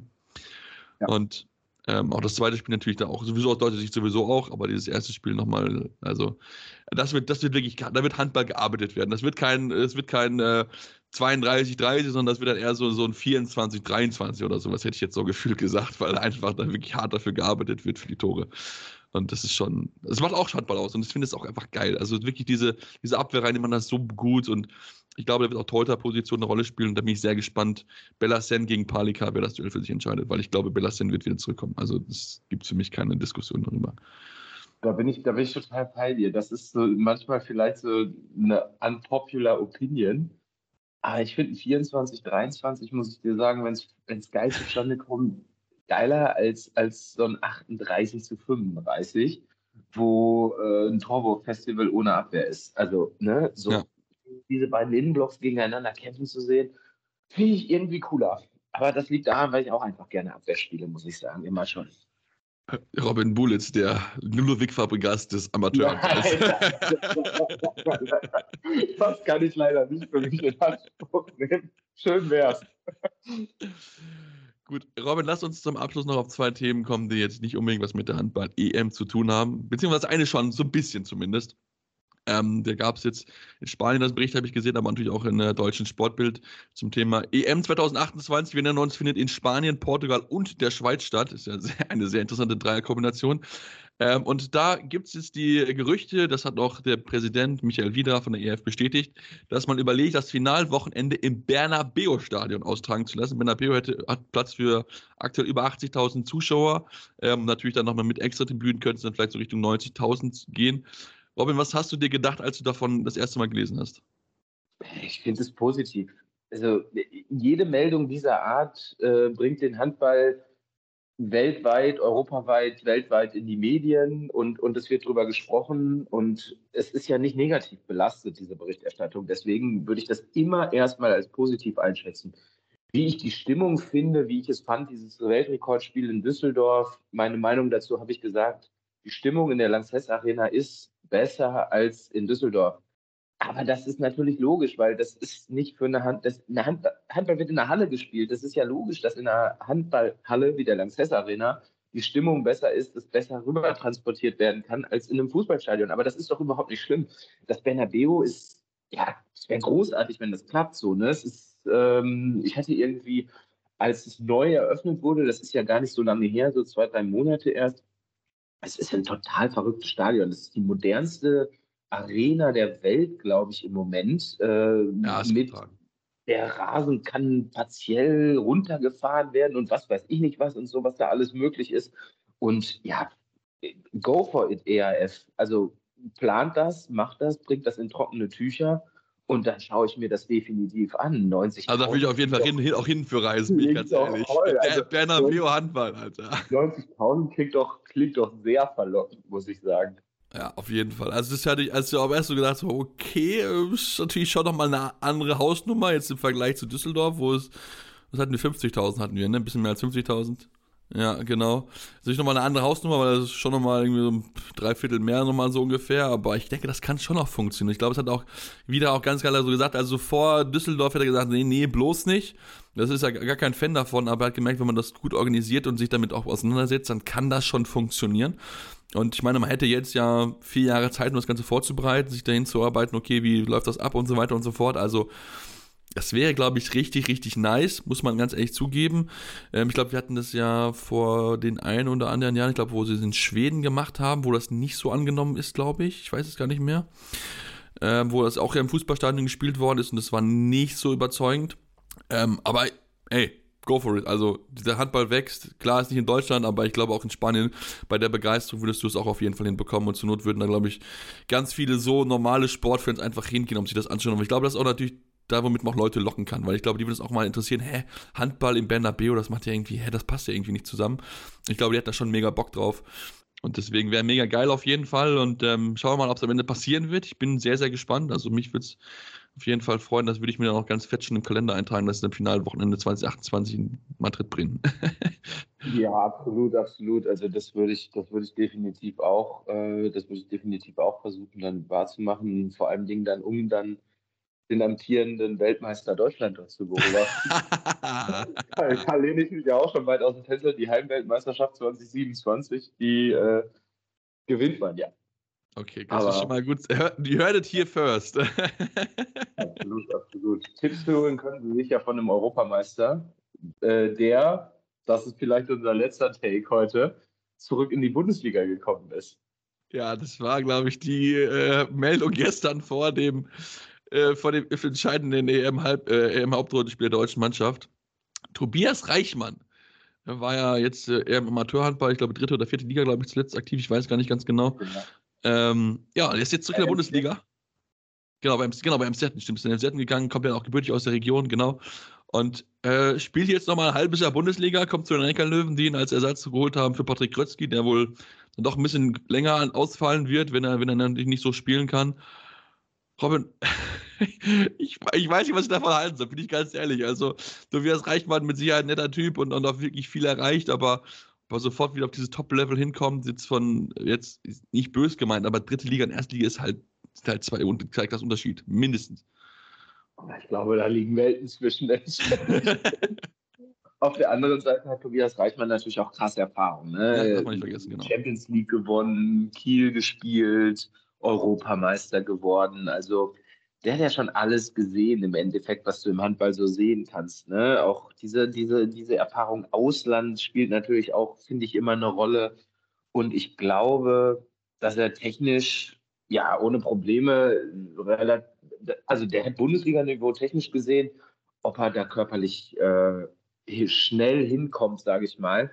Ja. Und ähm, auch das zweite Spiel natürlich da auch, sowieso aus deutscher Sicht sowieso auch, aber dieses erste Spiel nochmal, also das wird, das wird wirklich, da wird Handball gearbeitet werden. Das wird kein, es wird kein äh, zweiunddreißig dreißig, sondern das wird dann eher so, so ein vierundzwanzig dreiundzwanzig oder sowas, hätte ich jetzt so gefühlt gesagt, weil einfach da wirklich hart dafür gearbeitet wird für die Tore. Und das ist schon, das macht auch Handball aus und ich finde es auch einfach geil. Also wirklich diese, diese Abwehrreihen, die machen das so gut und Ich glaube, der wird auch Torhüter-Position eine Rolle spielen und da bin ich sehr gespannt. Bellassem gegen Palika, wer das Duell für sich entscheidet, weil ich glaube, Bellassem wird wieder zurückkommen. Also es gibt für mich keine Diskussion darüber. Da bin ich, da bin ich total bei dir. Das ist so manchmal vielleicht so eine unpopular Opinion. Aber ich finde vierundzwanzig, dreiundzwanzig, muss ich dir sagen, wenn es geil zustande kommt, geiler als, als so ein achtunddreißig zu fünfunddreißig, wo äh, ein Torwurf-Festival ohne Abwehr ist. Also, ne, so ja. Diese beiden Innenblocks gegeneinander kämpfen zu sehen, finde ich irgendwie cooler. Aber das liegt daran, weil ich auch einfach gerne Abwehr spiele, muss ich sagen, immer schon. Robin Bulitz, der Ludovic-Fabregas des Amateurhandballs. Das kann ich leider nicht für mich in Anspruch nehmen. Schön wär's. Gut, Robin, lass uns zum Abschluss noch auf zwei Themen kommen, die jetzt nicht unbedingt was mit der Handball-E M zu tun haben. Beziehungsweise eine schon, so ein bisschen zumindest. Ähm, da gab es jetzt in Spanien, das Bericht habe ich gesehen, aber natürlich auch in der deutschen Sportbild zum Thema E M zwanzig achtundzwanzig. Wir nennen uns, findet in Spanien, Portugal und der Schweiz statt. Ist ja sehr, eine sehr interessante Dreierkombination. Ähm, und da gibt es jetzt die Gerüchte, das hat auch der Präsident Michael Vidra von der E F bestätigt, dass man überlegt, das Finalwochenende im Bernabéu-Stadion austragen zu lassen. Bernabéu hätte, hat Platz für aktuell über achtzigtausend Zuschauer. Ähm, natürlich dann nochmal mit extra Tribünen könnte es dann vielleicht so Richtung neunzigtausend gehen. Robin, was hast du dir gedacht, als du davon das erste Mal gelesen hast? Ich finde es positiv. Also jede Meldung dieser Art äh, bringt den Handball weltweit, europaweit, weltweit in die Medien und, und es wird darüber gesprochen und es ist ja nicht negativ belastet, diese Berichterstattung. Deswegen würde ich das immer erstmal als positiv einschätzen. Wie ich die Stimmung finde, wie ich es fand, dieses Weltrekordspiel in Düsseldorf, meine Meinung dazu habe ich gesagt, die Stimmung in der Lanxess Arena ist besser als in Düsseldorf. Aber das ist natürlich logisch, weil das ist nicht für eine Hand, das, eine Hand, Handball wird in einer Halle gespielt. Das ist ja logisch, dass in einer Handballhalle wie der Lanxess Arena die Stimmung besser ist, dass besser rüber transportiert werden kann als in einem Fußballstadion. Aber das ist doch überhaupt nicht schlimm. Das Bernabéu ist, ja, es wäre großartig, wenn das klappt so, ne? Es ist, ähm, ich hatte irgendwie, als es neu eröffnet wurde, das ist ja gar nicht so lange her, so zwei, drei Monate erst, es ist ein total verrücktes Stadion. Das ist die modernste Arena der Welt, glaube ich, im Moment. Äh, ja, ist mit getragen. Der Rasen kann partiell runtergefahren werden und was weiß ich nicht was und so, was da alles möglich ist. Und ja, go for it, E A F. Also plant das, macht das, bringt das in trockene Tücher und dann schaue ich mir das definitiv an. neunzig Also da will ich auf jeden Fall hin, hin, auch hin für reisen, bin ich ganz ehrlich. Toll. Der Also, Bernabéu Handball, Alter. neunzigtausend klingt doch, klingt doch sehr verlockend, muss ich sagen. Ja, auf jeden Fall. Also das hatte ich, als du aber erst so gedacht, so, okay, ist natürlich schon nochmal eine andere Hausnummer, jetzt im Vergleich zu Düsseldorf, wo es, was hatten wir, fünfzigtausend hatten wir, ne? Ein bisschen mehr als fünfzigtausend. Ja, genau. Natürlich nochmal eine andere Hausnummer, weil das ist schon nochmal irgendwie so ein Dreiviertel mehr nochmal so ungefähr, aber ich denke, das kann schon noch funktionieren. Ich glaube, es hat auch wieder auch ganz geil so gesagt, also vor Düsseldorf hätte er gesagt, nee, nee, bloß nicht. Das ist ja gar kein Fan davon, aber er hat gemerkt, wenn man das gut organisiert und sich damit auch auseinandersetzt, dann kann das schon funktionieren. Und ich meine, man hätte jetzt ja vier Jahre Zeit, um das Ganze vorzubereiten, sich dahin zu arbeiten, okay, wie läuft das ab und so weiter und so fort. Also das wäre, glaube ich, richtig, richtig nice, muss man ganz ehrlich zugeben. Ähm, ich glaube, wir hatten das ja vor den ein oder anderen Jahren, ich glaube, wo sie es in Schweden gemacht haben, wo das nicht so angenommen ist, glaube ich. Ich weiß es gar nicht mehr. Ähm, wo das auch ja im Fußballstadion gespielt worden ist und das war nicht so überzeugend. Ähm, aber, ey, go for it. Also, dieser Handball wächst. Klar, ist nicht in Deutschland, aber ich glaube auch in Spanien, bei der Begeisterung würdest du es auch auf jeden Fall hinbekommen. Und zur Not würden da, glaube ich, ganz viele so normale Sportfans einfach hingehen, um sich das anzuschauen. Aber ich glaube, das ist auch natürlich da, womit man auch Leute locken kann. Weil ich glaube, die würden es auch mal interessieren. Hä, Handball im Bernabéu, das macht ja irgendwie, hä, das passt ja irgendwie nicht zusammen. Ich glaube, die hat da schon mega Bock drauf. Und deswegen wäre mega geil auf jeden Fall. Und ähm, schauen wir mal, ob es am Ende passieren wird. Ich bin sehr, sehr gespannt. Also mich würde es auf jeden Fall freuen. Das würde ich mir dann auch ganz fett schon im Kalender eintragen, dass es im Finalwochenende zwanzig achtundzwanzig in Madrid bringen. Ja, absolut, absolut. Also das würde ich, das würde ich definitiv auch, äh, das würde ich definitiv auch versuchen, dann wahrzumachen. Vor allem Dingen dann, um dann den amtierenden Weltmeister Deutschland dazu beobachten. Da lehne ich mich ja auch schon weit aus dem Fenster. Die Heimweltmeisterschaft zwanzig siebenundzwanzig, die äh, gewinnt man ja. Okay, das Aber ist schon mal gut. You heard it here first. Absolut, absolut. Tipps holen können Sie sich ja von einem Europameister, äh, der, das ist vielleicht unser letzter Take heute, zurück in die Bundesliga gekommen ist. Ja, das war, glaube ich, die äh, Meldung gestern vor dem äh, vor dem entscheidenden E M-Halb, äh, E M-Hauptrundenspiel der deutschen Mannschaft. Tobias Reichmann. Er war ja jetzt äh, eher im Amateurhandball, ich glaube, dritte oder vierte Liga, glaube ich, zuletzt aktiv, ich weiß gar nicht ganz genau. Ja, ähm, ja er ist jetzt zurück in der Bundesliga. Genau, bei, genau, bei Emstetten, stimmt, ist in Emstetten gegangen, kommt ja auch gebürtig aus der Region, genau. Und äh, spielt jetzt nochmal ein halbes Jahr Bundesliga, kommt zu den Neckarlöwen, die ihn als Ersatz geholt haben für Patrick Krötzky, der wohl dann doch ein bisschen länger ausfallen wird, wenn er, wenn er dann nicht so spielen kann. Robin, ich, ich weiß nicht, was ich davon halten soll, bin ich ganz ehrlich. Also, Tobias Reichmann mit Sicherheit ein netter Typ und, und auch wirklich viel erreicht, aber ob er sofort wieder auf dieses Top-Level hinkommt, jetzt von, jetzt nicht böse gemeint, aber dritte Liga und erste Liga ist halt, ist halt zwei und zeigt das Unterschied, mindestens. Ich glaube, da liegen Welten zwischen. Auf der anderen Seite hat Tobias Reichmann natürlich auch krasse Erfahrung. Ne? Ja, darf man nicht vergessen, genau. Champions League gewonnen, Kiel gespielt, Europameister geworden. Also der hat ja schon alles gesehen im Endeffekt, was du im Handball so sehen kannst. Ne? Auch diese, diese, diese Erfahrung Ausland spielt natürlich auch, finde ich, immer eine Rolle. Und ich glaube, dass er technisch, ja, ohne Probleme, also der hat Bundesliga-Niveau technisch gesehen, ob er da körperlich äh, schnell hinkommt, sage ich mal,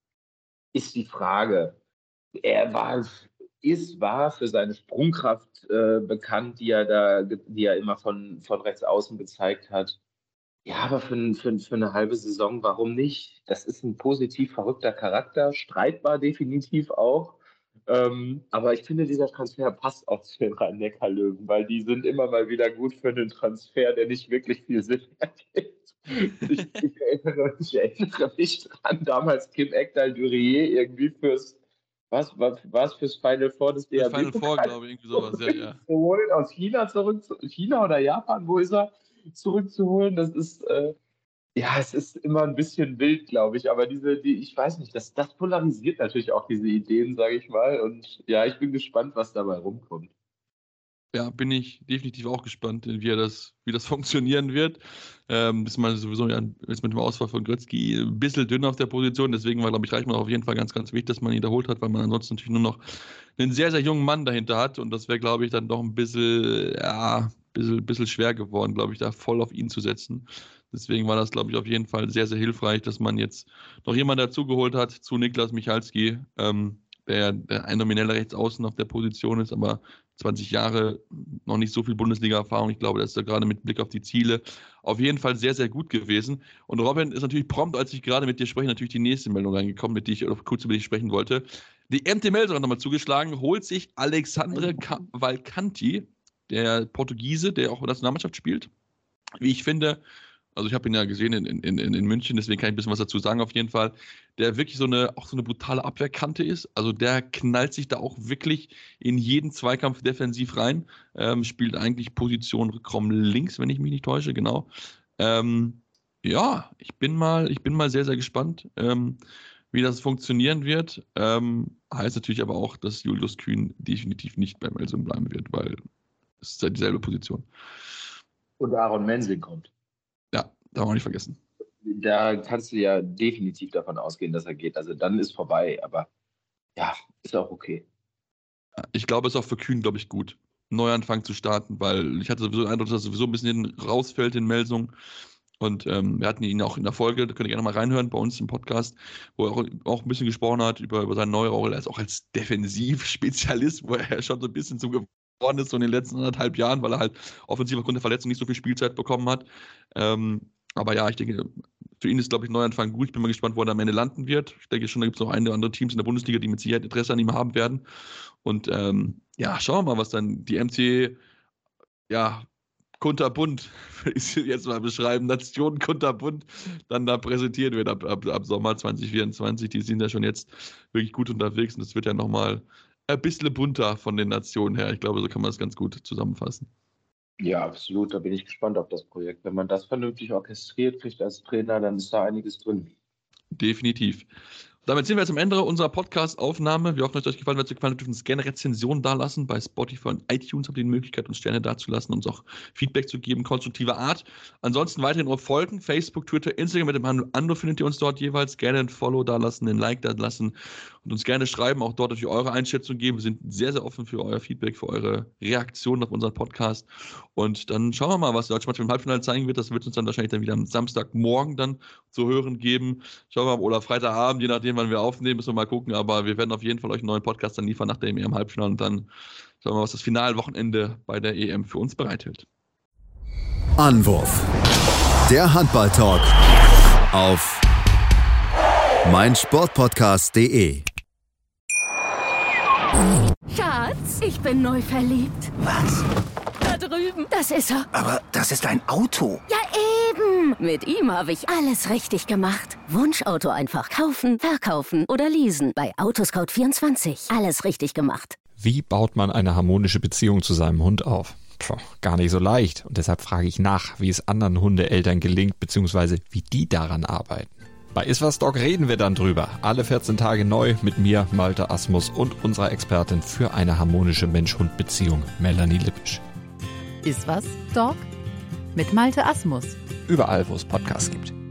ist die Frage. Er war, ist, war für seine Sprungkraft äh, bekannt, die er da, die er immer von, von rechts außen gezeigt hat. Ja, aber für, für, für eine halbe Saison, warum nicht? Das ist ein positiv verrückter Charakter, streitbar definitiv auch. Ähm, aber ich finde, dieser Transfer passt auch zu den Rhein-Neckar-Löwen, weil die sind immer mal wieder gut für einen Transfer, der nicht wirklich viel Sinn ergibt. Ich, ich, erinnere, ich erinnere mich dran, damals Kim Ekdal-Durier irgendwie fürs, was, was, was fürs Final Four des D H B. Final Four, glaube ich, irgendwie sowas, ja, ja. Holen, aus China zurück, zu, China oder Japan, wo ist er, zurückzuholen, das ist, äh, ja, es ist immer ein bisschen wild, glaube ich, aber diese, die, ich weiß nicht, das, das polarisiert natürlich auch diese Ideen, sage ich mal, und ja, ich bin gespannt, was dabei rumkommt. Ja, bin ich definitiv auch gespannt, wie er das, wie das funktionieren wird. Ähm, ist mal sowieso ja, jetzt mit dem Ausfall von Grötzky ein bisschen dünn auf der Position, deswegen war, glaube ich, Reichmann auf jeden Fall ganz, ganz wichtig, dass man ihn wiederholt hat, weil man ansonsten natürlich nur noch einen sehr, sehr jungen Mann dahinter hat und das wäre, glaube ich, dann doch ein bisschen, ja, bisschen, bisschen schwer geworden, glaube ich, da voll auf ihn zu setzen. Deswegen war das, glaube ich, auf jeden Fall sehr, sehr hilfreich, dass man jetzt noch jemanden dazugeholt hat zu Niklas Michalski, ähm, der, der ein nomineller Rechtsaußen auf der Position ist, aber zwanzig Jahre, noch nicht so viel Bundesliga-Erfahrung. Ich glaube, das ist da gerade mit Blick auf die Ziele auf jeden Fall sehr, sehr gut gewesen. Und Robin ist natürlich prompt, als ich gerade mit dir spreche, natürlich die nächste Meldung reingekommen, mit der ich oder kurz über die sprechen wollte. Die M T Melsung hat nochmal zugeschlagen, holt sich Alexandre Valcanti, der Portugiese, der auch in der Nationalmannschaft spielt. Wie ich finde, also ich habe ihn ja gesehen in, in, in München, deswegen kann ich ein bisschen was dazu sagen auf jeden Fall, der wirklich so eine, auch so eine brutale Abwehrkante ist. Also der knallt sich da auch wirklich in jeden Zweikampf defensiv rein, ähm, spielt eigentlich Position Rückraum links, wenn ich mich nicht täusche, genau. Ähm, ja, ich bin mal, ich bin mal sehr, sehr gespannt, ähm, wie das funktionieren wird. Ähm, heißt natürlich aber auch, dass Julius Kühn definitiv nicht bei Melsung bleiben wird, weil es ist ja dieselbe Position. Und Aaron Mensing kommt. Ja, darf man nicht vergessen. Da kannst du ja definitiv davon ausgehen, dass er geht. Also dann ist vorbei, aber ja, ist auch okay. Ich glaube, es ist auch für Kühn, glaube ich, gut, einen Neuanfang zu starten, weil ich hatte sowieso den Eindruck, dass er sowieso ein bisschen rausfällt in Melsung. Und ähm, wir hatten ihn auch in der Folge, da könnt ihr gerne mal reinhören bei uns im Podcast, wo er auch, auch ein bisschen gesprochen hat über, über seine neue Rolle. Er ist auch als Defensivspezialist, wo er schon so ein bisschen zum geworden ist, so in den letzten anderthalb Jahren, weil er halt offensiv aufgrund der Verletzung nicht so viel Spielzeit bekommen hat. Ähm, aber ja, ich denke, für ihn ist, glaube ich, ein Neuanfang gut. Ich bin mal gespannt, wo er am Ende landen wird. Ich denke schon, da gibt es noch einige andere Teams in der Bundesliga, die mit Sicherheit Interesse an ihm haben werden. Und ähm, ja, schauen wir mal, was dann die M T, ja, Kunterbunt, würde ich jetzt mal beschreiben, Nation Kunterbunt, dann da präsentiert wird ab, ab, ab Sommer zwanzig vierundzwanzig. Die sind ja schon jetzt wirklich gut unterwegs und das wird ja nochmal ein bisschen bunter von den Nationen her. Ich glaube, so kann man das ganz gut zusammenfassen. Ja, absolut. Da bin ich gespannt auf das Projekt. Wenn man das vernünftig orchestriert kriegt als Trainer, dann ist da einiges drin. Definitiv. Damit sind wir jetzt am Ende unserer Podcast-Aufnahme. Wir hoffen, euch gefallen wird. Gefallen dürfen uns gerne Rezensionen dalassen. Bei Spotify und iTunes habt ihr die Möglichkeit, uns Sterne dazulassen, uns auch Feedback zu geben, konstruktiver Art. Ansonsten weiterhin auf Folgen, Facebook, Twitter, Instagram mit dem Handel Ando findet ihr uns dort jeweils. Gerne ein Follow dalassen, ein Like dalassen und uns gerne schreiben, auch dort euch eure Einschätzung geben. Wir sind sehr, sehr offen für euer Feedback, für eure Reaktionen auf unseren Podcast. Und dann schauen wir mal, was der Deutsche Mannschaft im Halbfinale zeigen wird. Das wird uns dann wahrscheinlich dann wieder am Samstagmorgen dann zu hören geben. Schauen wir mal, oder Freitagabend, je nachdem, wann wir aufnehmen, müssen wir mal gucken. Aber wir werden auf jeden Fall euch einen neuen Podcast dann liefern nach der E M im Halbfinale. Und dann schauen wir mal, was das Finalwochenende bei der E M für uns bereithält. Anwurf. Der Handball-Talk auf meinsportpodcast punkt de. Schatz, ich bin neu verliebt. Was? Da drüben. Das ist er. Aber das ist ein Auto. Ja, eben. Mit ihm habe ich alles richtig gemacht. Wunschauto einfach kaufen, verkaufen oder leasen. Bei Autoscout vierundzwanzig. Alles richtig gemacht. Wie baut man eine harmonische Beziehung zu seinem Hund auf? Puh, gar nicht so leicht. Und deshalb frage ich nach, wie es anderen Hundeeltern gelingt, beziehungsweise wie die daran arbeiten. Bei Iswas Dog reden wir dann drüber. Alle vierzehn Tage neu mit mir, Malte Asmus und unserer Expertin für eine harmonische Mensch-Hund-Beziehung, Melanie Lippisch. Iswas Dog mit Malte Asmus. Überall, wo es Podcasts gibt.